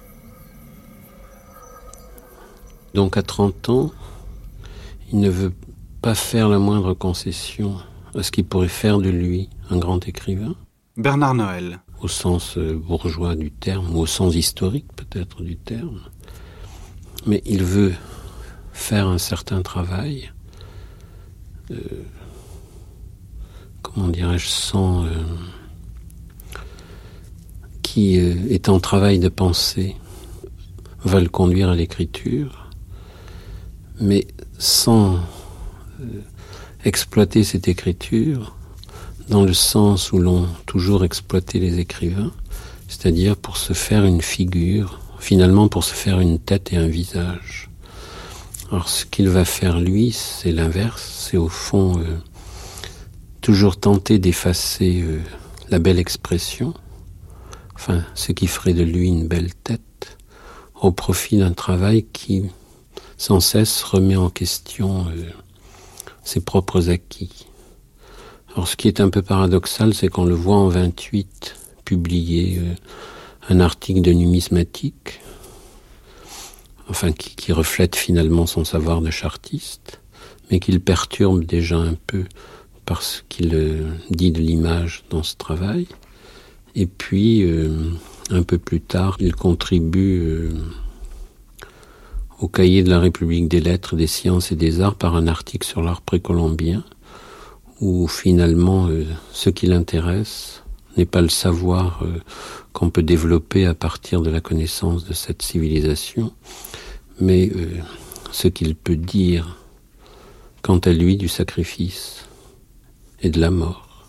Donc à trente ans, il ne veut pas faire la moindre concession à ce qui pourrait faire de lui un grand écrivain. Bernard Noël. Au sens bourgeois du terme, ou au sens historique peut-être du terme. Mais il veut faire un certain travail, euh, comment dirais-je, sans... Euh, qui euh, est en travail de pensée, va le conduire à l'écriture, mais sans euh, exploiter cette écriture dans le sens où l'on toujours exploité les écrivains, c'est-à-dire pour se faire une figure, finalement pour se faire une tête et un visage. Alors ce qu'il va faire lui, c'est l'inverse, c'est au fond euh, toujours tenter d'effacer euh, la belle expression, enfin ce qui ferait de lui une belle tête, au profit d'un travail qui sans cesse remet en question euh, ses propres acquis. Alors ce qui est un peu paradoxal, c'est qu'on le voit en vingt-huit publier euh, un article de numismatique, enfin qui, qui reflète finalement son savoir de chartiste, mais qu'il perturbe déjà un peu par ce qu'il euh, dit de l'image dans ce travail. Et puis, euh, un peu plus tard, il contribue euh, au cahier de la République des lettres, des sciences et des arts par un article sur l'art précolombien, où finalement euh, ce qui l'intéresse n'est pas le savoir euh, qu'on peut développer à partir de la connaissance de cette civilisation, mais euh, ce qu'il peut dire quant à lui du sacrifice et de la mort,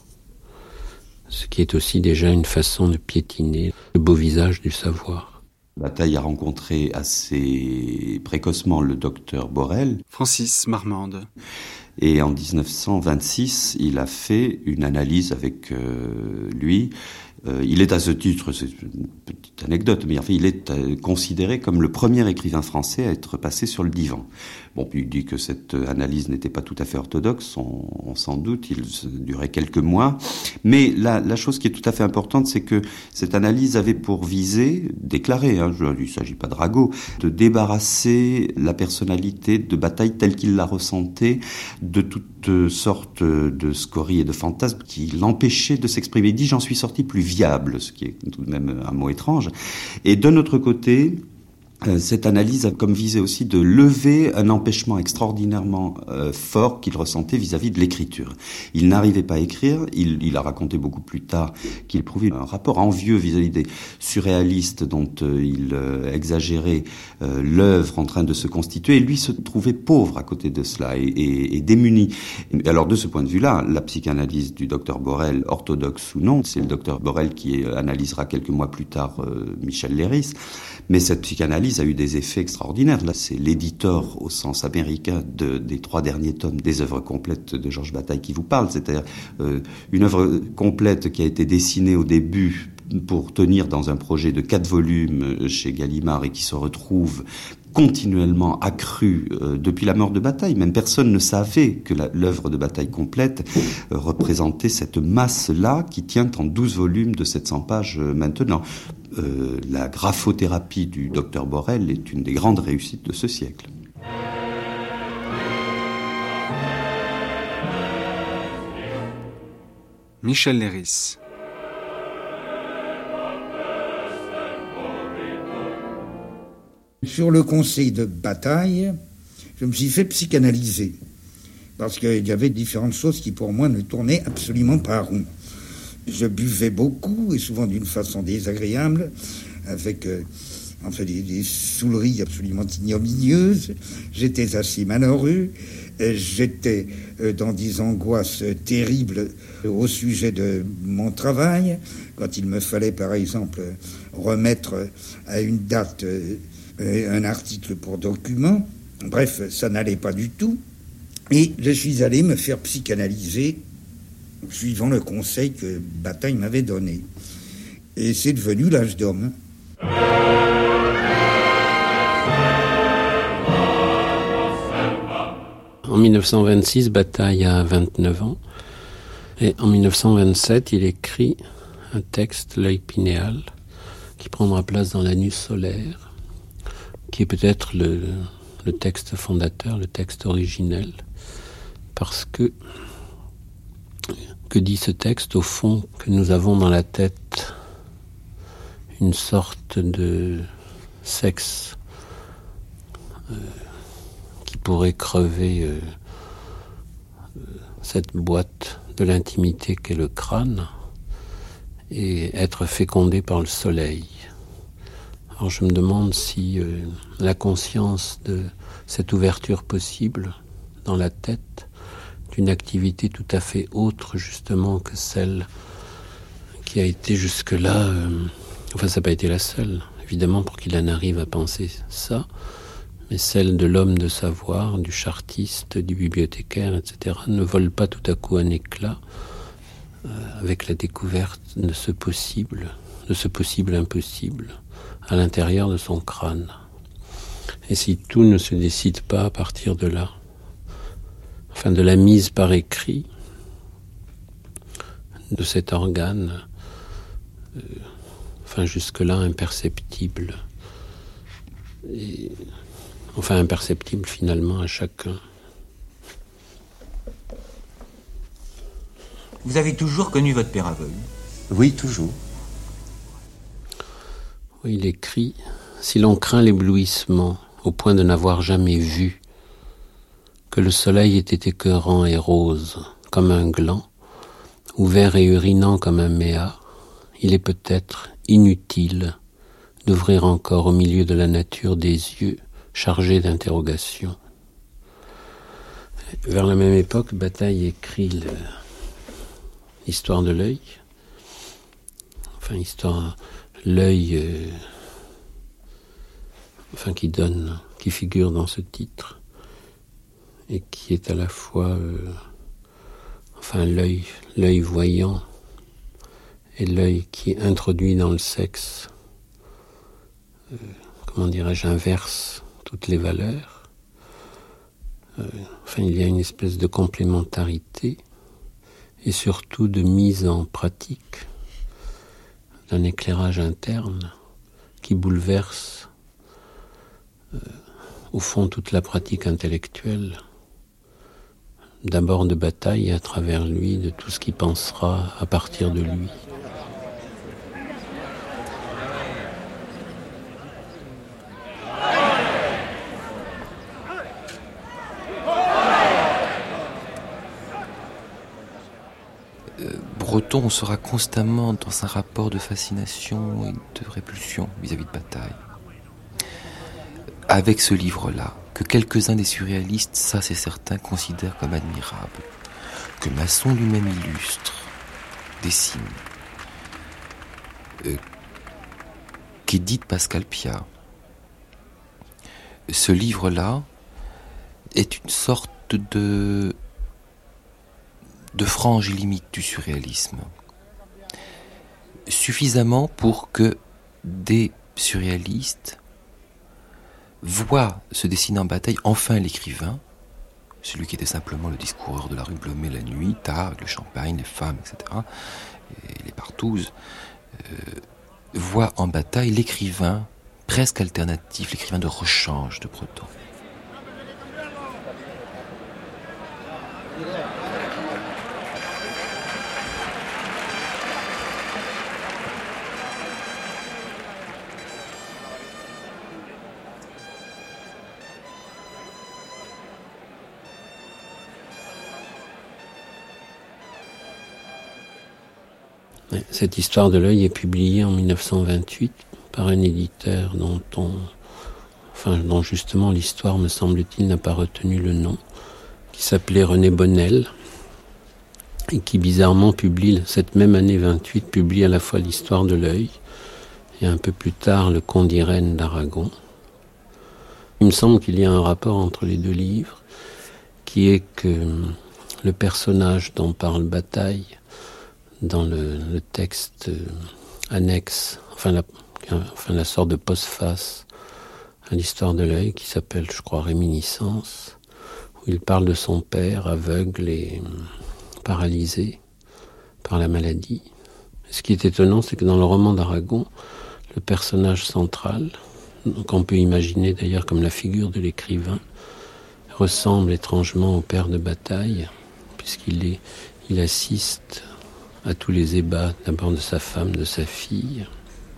ce qui est aussi déjà une façon de piétiner le beau visage du savoir. Bataille a rencontré assez précocement le docteur Borel. Francis Marmande. Et en dix-neuf cent vingt-six, il a fait une analyse avec euh, lui. Euh, il est à ce titre, c'est une petite anecdote, mais enfin, il est euh, considéré comme le premier écrivain français à être passé sur le divan. Bon, puis il dit que cette analyse n'était pas tout à fait orthodoxe, on, on s'en doute, il durait quelques mois. Mais la, la chose qui est tout à fait importante, c'est que cette analyse avait pour visée, déclarée, hein, je, il ne s'agit pas de ragot, de débarrasser la personnalité de Bataille telle qu'il la ressentait de toutes sortes de scories et de fantasmes qui l'empêchaient de s'exprimer. Il dit « j'en suis sorti plus viable », ce qui est tout de même un mot étrange. Et d'un autre côté, cette analyse a comme visée aussi de lever un empêchement extraordinairement euh, fort qu'il ressentait vis-à-vis de l'écriture. Il n'arrivait pas à écrire, il, il a raconté beaucoup plus tard qu'il prouvait un rapport envieux vis-à-vis des surréalistes dont euh, il euh, exagérait euh, l'œuvre en train de se constituer, et lui se trouvait pauvre à côté de cela et, et, et démuni. Et alors de ce point de vue-là, la psychanalyse du docteur Borel, orthodoxe ou non, c'est le docteur Borel qui analysera quelques mois plus tard euh, Michel Leiris, mais cette psychanalyse a eu des effets extraordinaires. Là, c'est l'éditeur au sens américain de, des trois derniers tomes des œuvres complètes de Georges Bataille qui vous parle, c'est-à-dire euh, une œuvre complète qui a été dessinée au début pour tenir dans un projet de quatre volumes chez Gallimard et qui se retrouve continuellement accrue euh, depuis la mort de Bataille. Même personne ne savait que la, l'œuvre de Bataille complète euh, représentait cette masse-là qui tient en douze volumes de sept cents pages euh, maintenant. Euh, la graphothérapie du docteur Borel est une des grandes réussites de ce siècle. Michel Leiris. Sur le conseil de Bataille, je me suis fait psychanalyser, parce qu'il y avait différentes choses qui pour moi ne tournaient absolument pas rond. Je buvais beaucoup, et souvent d'une façon désagréable, avec euh, enfin, des, des saouleries absolument ignominieuses. J'étais assez malheureux, j'étais euh, dans des angoisses terribles au sujet de mon travail, quand il me fallait par exemple remettre à une date euh, un article pour document. Bref, ça n'allait pas du tout. Et je suis allé me faire psychanalyser suivant le conseil que Bataille m'avait donné. Et c'est devenu l'âge d'homme. En mille neuf cent vingt-six, Bataille a vingt-neuf ans. Et en mille neuf cent vingt-sept, il écrit un texte, L'œil pinéal, qui prendra place dans l'anus solaire, qui est peut-être le, le texte fondateur, le texte originel, parce que, que dit ce texte, au fond, que nous avons dans la tête une sorte de sexe euh, qui pourrait crever euh, euh, cette boîte de l'intimité qu'est le crâne et être fécondé par le soleil. Alors je me demande si euh, la conscience de cette ouverture possible dans la tête d'une activité tout à fait autre justement que celle qui a été jusque-là, euh, enfin ça n'a pas été la seule, évidemment pour qu'il en arrive à penser ça, mais celle de l'homme de savoir, du chartiste, du bibliothécaire, et cetera, ne vole pas tout à coup un éclat euh, avec la découverte de ce possible, de ce possible impossible, à l'intérieur de son crâne. Et si tout ne se décide pas à partir de là, enfin de la mise par écrit de cet organe, euh, enfin jusque-là imperceptible, et enfin imperceptible finalement à chacun. Vous avez toujours connu votre père aveugle? Oui, toujours. Oui, il écrit « Si l'on craint l'éblouissement au point de n'avoir jamais vu, que le soleil ait été écœurant et rose comme un gland, ouvert et urinant comme un méa, il est peut-être inutile d'ouvrir encore au milieu de la nature des yeux chargé d'interrogations. » Vers la même époque, Bataille écrit le, l'histoire de l'œil. Enfin, histoire, l'œil, euh, enfin, qui donne, qui figure dans ce titre, et qui est à la fois, euh, enfin, l'œil, l'œil voyant, et l'œil qui introduit dans le sexe, euh, comment dirais-je, inverse toutes les valeurs. Euh, enfin, il y a une espèce de complémentarité et surtout de mise en pratique d'un éclairage interne qui bouleverse euh, au fond toute la pratique intellectuelle, d'abord de Bataille et à travers lui de tout ce qui pensera à partir de lui. Breton sera constamment dans un rapport de fascination et de répulsion vis-à-vis de Bataille. Avec ce livre-là, que quelques-uns des surréalistes, ça c'est certain, considèrent comme admirable, que Masson lui-même illustre, dessine, euh, qu'édite Pascal Piat. Ce livre-là est une sorte de... de frange limite du surréalisme. Suffisamment pour que des surréalistes voient se dessiner en Bataille enfin l'écrivain, celui qui était simplement le discoureur de la rue Blomet la nuit, tard, le champagne, les femmes, et cetera, et les partouzes, euh, voient en Bataille l'écrivain presque alternatif, l'écrivain de rechange de Breton. Cette histoire de l'œil est publiée en mille neuf cent vingt-huit par un éditeur dont on, enfin, dont justement l'histoire, me semble-t-il, n'a pas retenu le nom, qui s'appelait René Bonnel, et qui bizarrement publie, cette même année vingt-huit, publie à la fois l'histoire de l'œil, et un peu plus tard le Conte d'Irène d'Aragon. Il me semble qu'il y a un rapport entre les deux livres, qui est que le personnage dont parle Bataille dans le, le texte annexe, enfin la, enfin la sorte de postface à l'histoire de l'œil, qui s'appelle, je crois, Réminiscence, où il parle de son père aveugle et paralysé par la maladie. Ce qui est étonnant, c'est que dans le roman d'Aragon, le personnage central, qu'on peut imaginer d'ailleurs comme la figure de l'écrivain, ressemble étrangement au père de Bataille, puisqu'il est, il assiste à tous les ébats, d'abord de sa femme, de sa fille,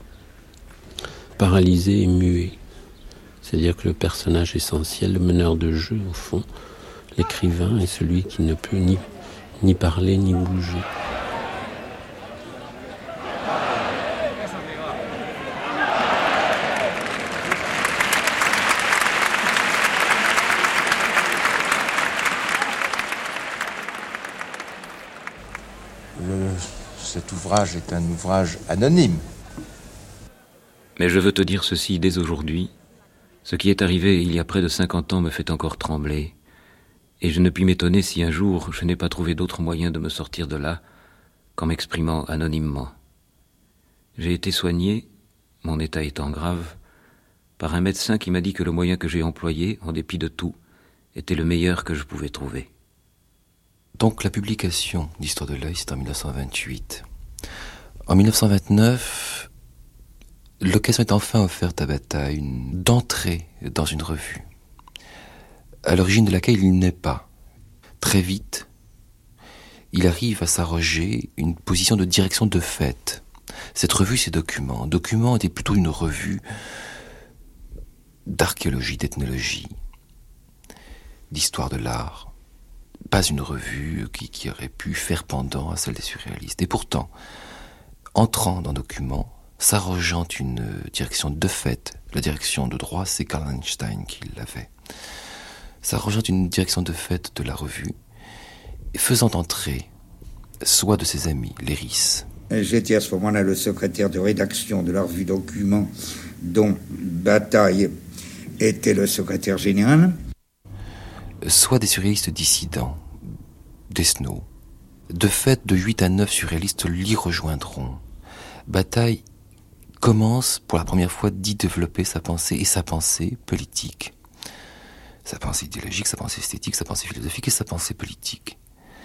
paralysé et muet. C'est-à-dire que le personnage essentiel, le meneur de jeu, au fond, l'écrivain, est celui qui ne peut ni, ni parler ni bouger. Le, cet ouvrage est un ouvrage anonyme. Mais je veux te dire ceci dès aujourd'hui. Ce qui est arrivé il y a près de cinquante ans me fait encore trembler. Et je ne puis m'étonner si un jour je n'ai pas trouvé d'autre moyen de me sortir de là qu'en m'exprimant anonymement. J'ai été soigné, mon état étant grave, par un médecin qui m'a dit que le moyen que j'ai employé, en dépit de tout, était le meilleur que je pouvais trouver. Donc la publication d'Histoire de l'œil, c'est en mille neuf cent vingt-huit. En mille neuf cent vingt-neuf, l'occasion est enfin offerte à Bataille d'entrer dans une revue, à l'origine de laquelle il n'est pas. Très vite, il arrive à s'arroger une position de direction de fait. Cette revue, c'est Documents. Documents était plutôt une revue d'archéologie, d'ethnologie, d'histoire de l'art. Pas une revue qui, qui aurait pu faire pendant à celle des surréalistes. Et pourtant, entrant dans Documents, s'arrogeant une direction de fait, la direction de droit, c'est Karl Einstein qui l'avait, s'arrogeant une direction de fait de la revue, et faisant entrer soit de ses amis, Léris. J'étais à ce moment-là le secrétaire de rédaction de la revue Documents, dont Bataille était le secrétaire général. Soit des surréalistes dissidents, Desnos. De fait, de huit à neuf surréalistes l'y rejoindront. Bataille commence pour la première fois d'y développer sa pensée, et sa pensée politique. Sa pensée idéologique, sa pensée esthétique, sa pensée philosophique et sa pensée politique.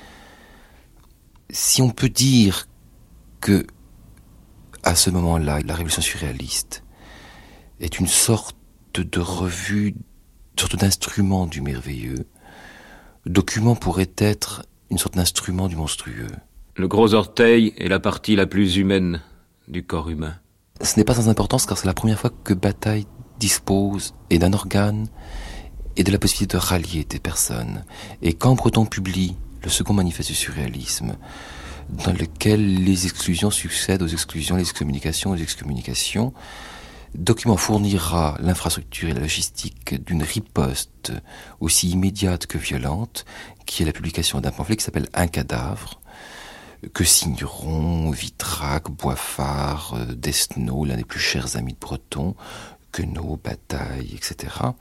Si on peut dire que, à ce moment-là, la révolution surréaliste est une sorte de revue, une sorte d'instrument du merveilleux, Document pourrait être une sorte d'instrument du monstrueux. Le gros orteil est la partie la plus humaine du corps humain. Ce n'est pas sans importance car c'est la première fois que Bataille dispose et d'un organe et de la possibilité de rallier des personnes. Et quand Breton publie le second manifeste du surréalisme, dans lequel les exclusions succèdent aux exclusions, les excommunications aux excommunications, Document fournira l'infrastructure et la logistique d'une riposte aussi immédiate que violente, qui est la publication d'un pamphlet qui s'appelle Un cadavre, que signeront Vitrac, Boiffard, Desnos, l'un des plus chers amis de Breton, Queneau, Bataille, et cetera.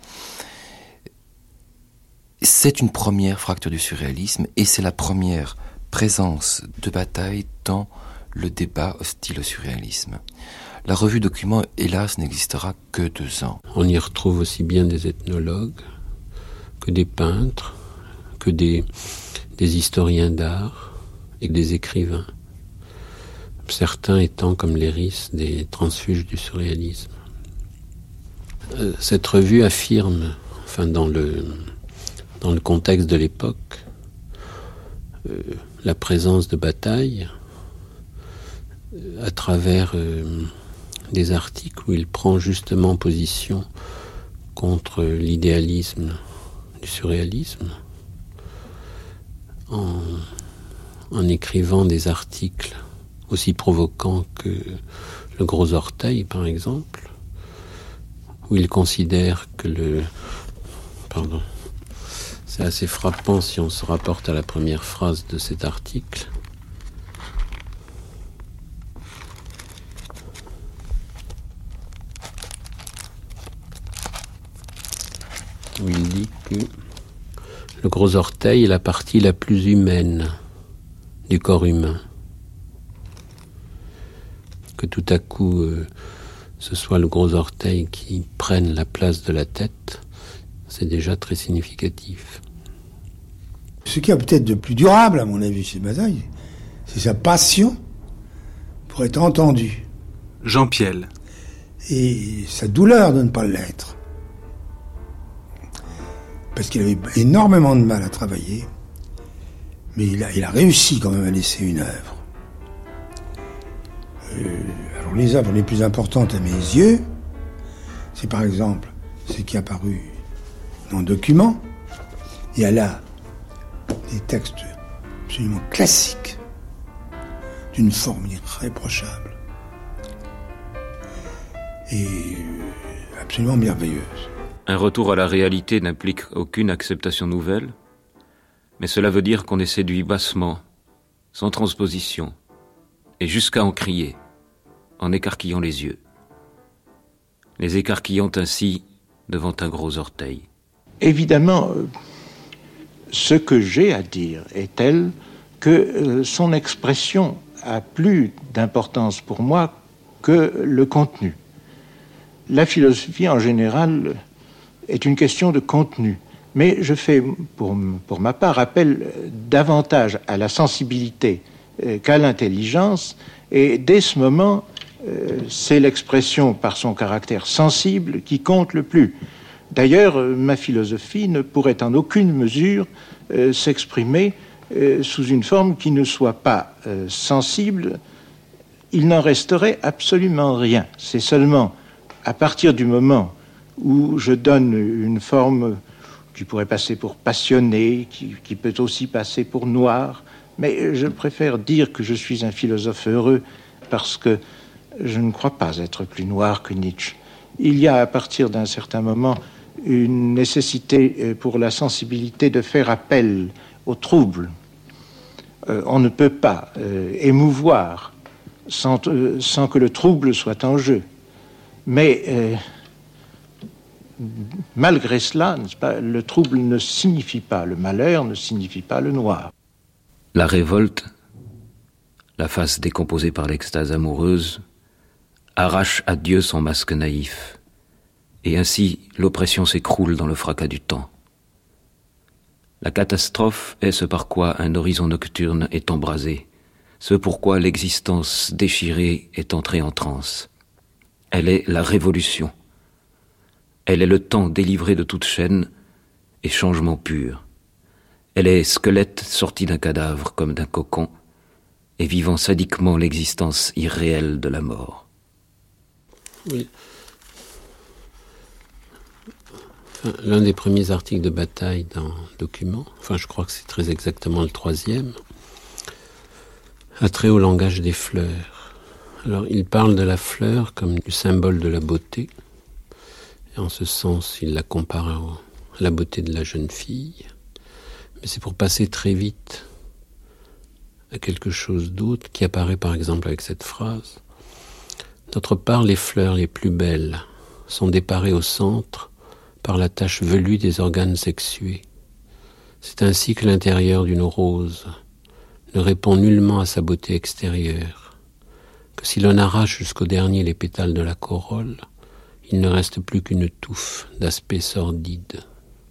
C'est une première fracture du surréalisme et c'est la première présence de Bataille dans le débat hostile au surréalisme. La revue Documents, hélas, n'existera que deux ans. On y retrouve aussi bien des ethnologues que des peintres, que des, des historiens d'art et que des écrivains. Certains étant, comme Léris, des transfuges du surréalisme. Cette revue affirme, enfin dans le, dans le contexte de l'époque, euh, la présence de Bataille euh, à travers euh, des articles où il prend justement position contre l'idéalisme du surréalisme en, en écrivant des articles aussi provocants que Le Gros Orteil, par exemple, où il considère que le... Pardon. C'est assez frappant si on se rapporte à la première phrase de cet article. où il dit que le gros orteil est la partie la plus humaine du corps humain. Que tout à coup, euh, ce soit le gros orteil qui prenne la place de la tête, c'est déjà très significatif. Ce qu'il y a peut-être de plus durable, à mon avis, chez Bataille, c'est sa passion pour être entendu. Jean Piel. Et sa douleur de ne pas l'être. Parce qu'il avait énormément de mal à travailler, mais il a, il a réussi quand même à laisser une œuvre. Euh, alors les œuvres les plus importantes à mes yeux, c'est par exemple ce qui est apparu dans Documents. Il y a là des textes absolument classiques, d'une forme irréprochable et absolument merveilleuse. Un retour à la réalité n'implique aucune acceptation nouvelle, mais cela veut dire qu'on est séduit bassement, sans transposition, et jusqu'à en crier, en écarquillant les yeux. Les écarquillant ainsi devant un gros orteil. Évidemment, ce que j'ai à dire est tel que son expression a plus d'importance pour moi que le contenu. La philosophie, en général, est une question de contenu. Mais je fais, pour, pour ma part, appel davantage à la sensibilité euh, qu'à l'intelligence. Et dès ce moment, euh, c'est l'expression par son caractère sensible qui compte le plus. D'ailleurs, euh, ma philosophie ne pourrait en aucune mesure euh, s'exprimer euh, sous une forme qui ne soit pas euh, sensible. Il n'en resterait absolument rien. C'est seulement à partir du moment où je donne une forme qui pourrait passer pour passionné, qui, qui peut aussi passer pour noir, mais je préfère dire que je suis un philosophe heureux parce que je ne crois pas être plus noir que Nietzsche. Il y a à partir d'un certain moment une nécessité pour la sensibilité de faire appel au trouble. Euh, on ne peut pas euh, émouvoir sans, euh, sans que le trouble soit en jeu. Mais euh, malgré cela, n'est-ce pas, le trouble ne signifie pas le malheur, ne signifie pas le noir. La révolte, la face décomposée par l'extase amoureuse, arrache à Dieu son masque naïf, et ainsi l'oppression s'écroule dans le fracas du temps. La catastrophe est ce par quoi un horizon nocturne est embrasé, ce pourquoi l'existence déchirée est entrée en transe. Elle est la révolution. Elle est le temps délivré de toute chaîne et changement pur. Elle est squelette sorti d'un cadavre comme d'un cocon et vivant sadiquement l'existence irréelle de la mort. Oui. Enfin, l'un des premiers articles de Bataille dans Documents, enfin je crois que c'est très exactement le troisième, a trait au langage des fleurs. Alors, il parle de la fleur comme du symbole de la beauté. Et en ce sens, il la compare à la beauté de la jeune fille. Mais c'est pour passer très vite à quelque chose d'autre qui apparaît par exemple avec cette phrase. D'autre part, les fleurs les plus belles sont déparées au centre par la tache velue des organes sexués. C'est ainsi que l'intérieur d'une rose ne répond nullement à sa beauté extérieure. Que si l'on arrache jusqu'au dernier les pétales de la corolle, il ne reste plus qu'une touffe d'aspect sordide.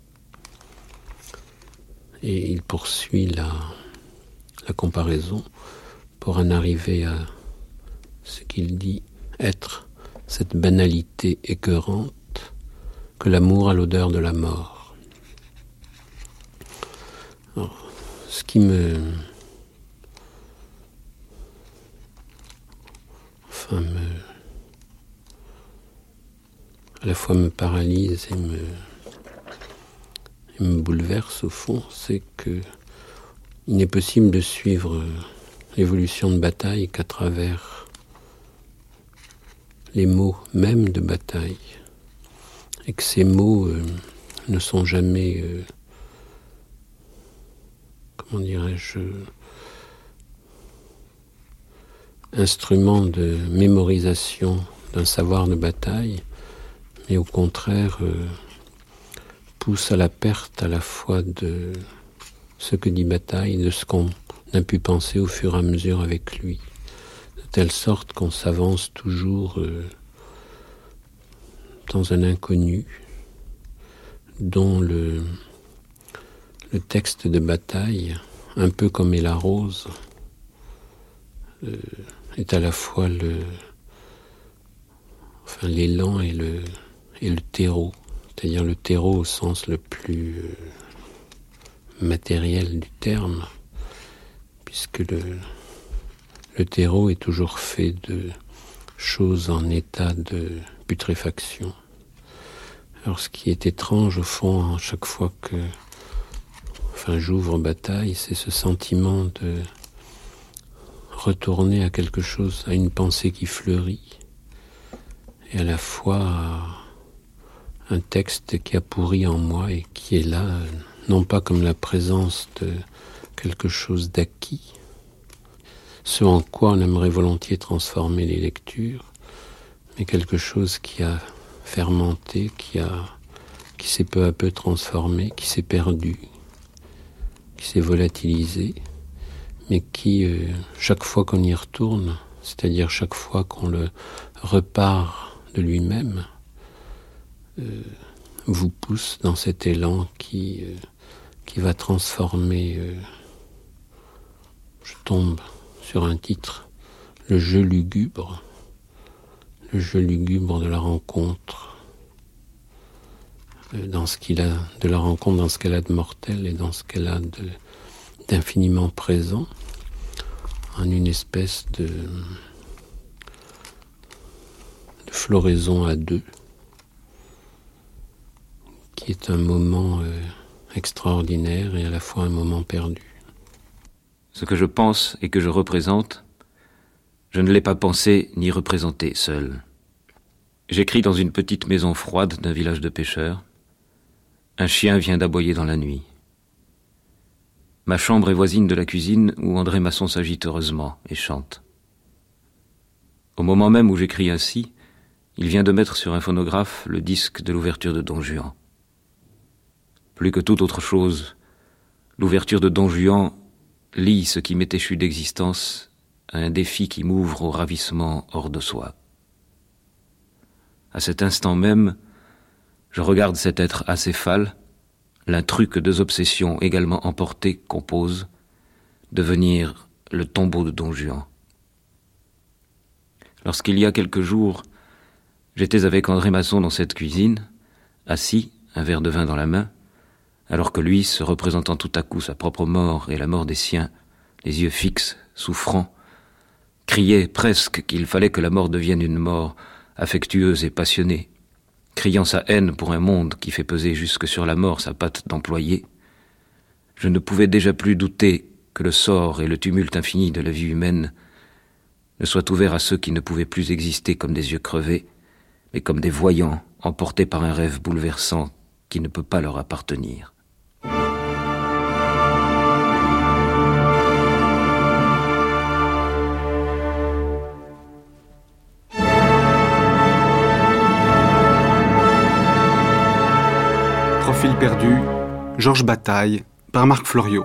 Et il poursuit la, la comparaison pour en arriver à ce qu'il dit être cette banalité écœurante que l'amour a l'odeur de la mort. Alors, ce qui me... Enfin, me... à la fois me paralyse et me, et me bouleverse au fond, c'est que il n'est possible de suivre l'évolution de Bataille qu'à travers les mots même de Bataille, et que ces mots euh, ne sont jamais, euh, comment dirais-je, instrument de mémorisation d'un savoir de Bataille, mais au contraire euh, pousse à la perte à la fois de ce que dit Bataille, de ce qu'on a pu penser au fur et à mesure avec lui, de telle sorte qu'on s'avance toujours euh, dans un inconnu dont le, le texte de Bataille, un peu comme est la rose, euh, est à la fois le, enfin, l'élan et le, et le terreau, c'est-à-dire le terreau au sens le plus euh, matériel du terme, puisque le, le terreau est toujours fait de choses en état de putréfaction. Alors ce qui est étrange au fond, à chaque fois que enfin, j'ouvre Bataille, c'est ce sentiment de retourner à quelque chose, à une pensée qui fleurit, et à la fois à un texte qui a pourri en moi et qui est là, non pas comme la présence de quelque chose d'acquis, ce en quoi on aimerait volontiers transformer les lectures, mais quelque chose qui a fermenté, qui a, qui s'est peu à peu transformé, qui s'est perdu, qui s'est volatilisé, mais qui, euh, chaque fois qu'on y retourne, c'est-à-dire chaque fois qu'on le repart de lui-même, euh, vous pousse dans cet élan qui, euh, qui va transformer, euh, je tombe sur un titre, le jeu lugubre, le jeu lugubre de la rencontre, euh, dans ce qu'il a, de la rencontre dans ce qu'elle a de mortel et dans ce qu'elle a de, d'infiniment présent, en une espèce de, de floraison à deux, qui est un moment euh, extraordinaire et à la fois un moment perdu. Ce que je pense et que je représente, je ne l'ai pas pensé ni représenté seul. J'écris dans une petite maison froide d'un village de pêcheurs. Un chien vient d'aboyer dans la nuit. Ma chambre est voisine de la cuisine où André Masson s'agite heureusement et chante. Au moment même où j'écris ainsi, il vient de mettre sur un phonographe le disque de l'ouverture de Don Juan. Plus que toute autre chose, l'ouverture de Don Juan lie ce qui m'est échu d'existence à un défi qui m'ouvre au ravissement hors de soi. À cet instant même, je regarde cet être acéphale, l'intrus que deux obsessions également emportées composent, devenir le tombeau de Don Juan. Lorsqu'il y a quelques jours, j'étais avec André Masson dans cette cuisine, assis, un verre de vin dans la main, alors que lui, se représentant tout à coup sa propre mort et la mort des siens, les yeux fixes, souffrants, criait presque qu'il fallait que la mort devienne une mort affectueuse et passionnée, criant sa haine pour un monde qui fait peser jusque sur la mort sa patte d'employé, je ne pouvais déjà plus douter que le sort et le tumulte infini de la vie humaine ne soient ouverts à ceux qui ne pouvaient plus exister comme des yeux crevés, mais comme des voyants emportés par un rêve bouleversant qui ne peut pas leur appartenir. Profil perdu, Georges Bataille, par Marc Floriot.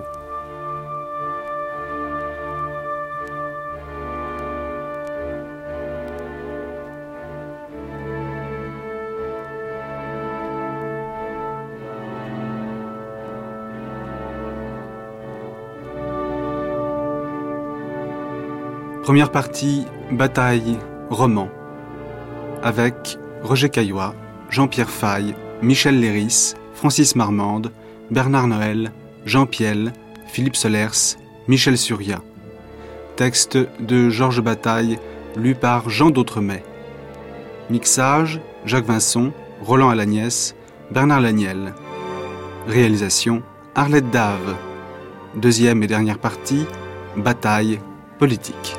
Première partie, Bataille, roman, avec Roger Caillois, Jean-Pierre Faye, Michel Léris, Francis Marmande, Bernard Noël, Jean Piel, Philippe Solers, Michel Surya. Texte de Georges Bataille, lu par Jean d'Autremay. Mixage, Jacques Vincent, Roland Alagnès, Bernard Laniel. Réalisation, Arlette Dave. Deuxième et dernière partie, Bataille, politique.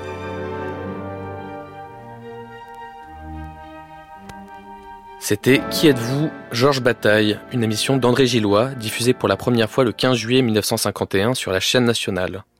C'était Qui êtes-vous, Georges Bataille, une émission d'André Gillois, diffusée pour la première fois le quinze juillet mille neuf cent cinquante et un sur la chaîne nationale.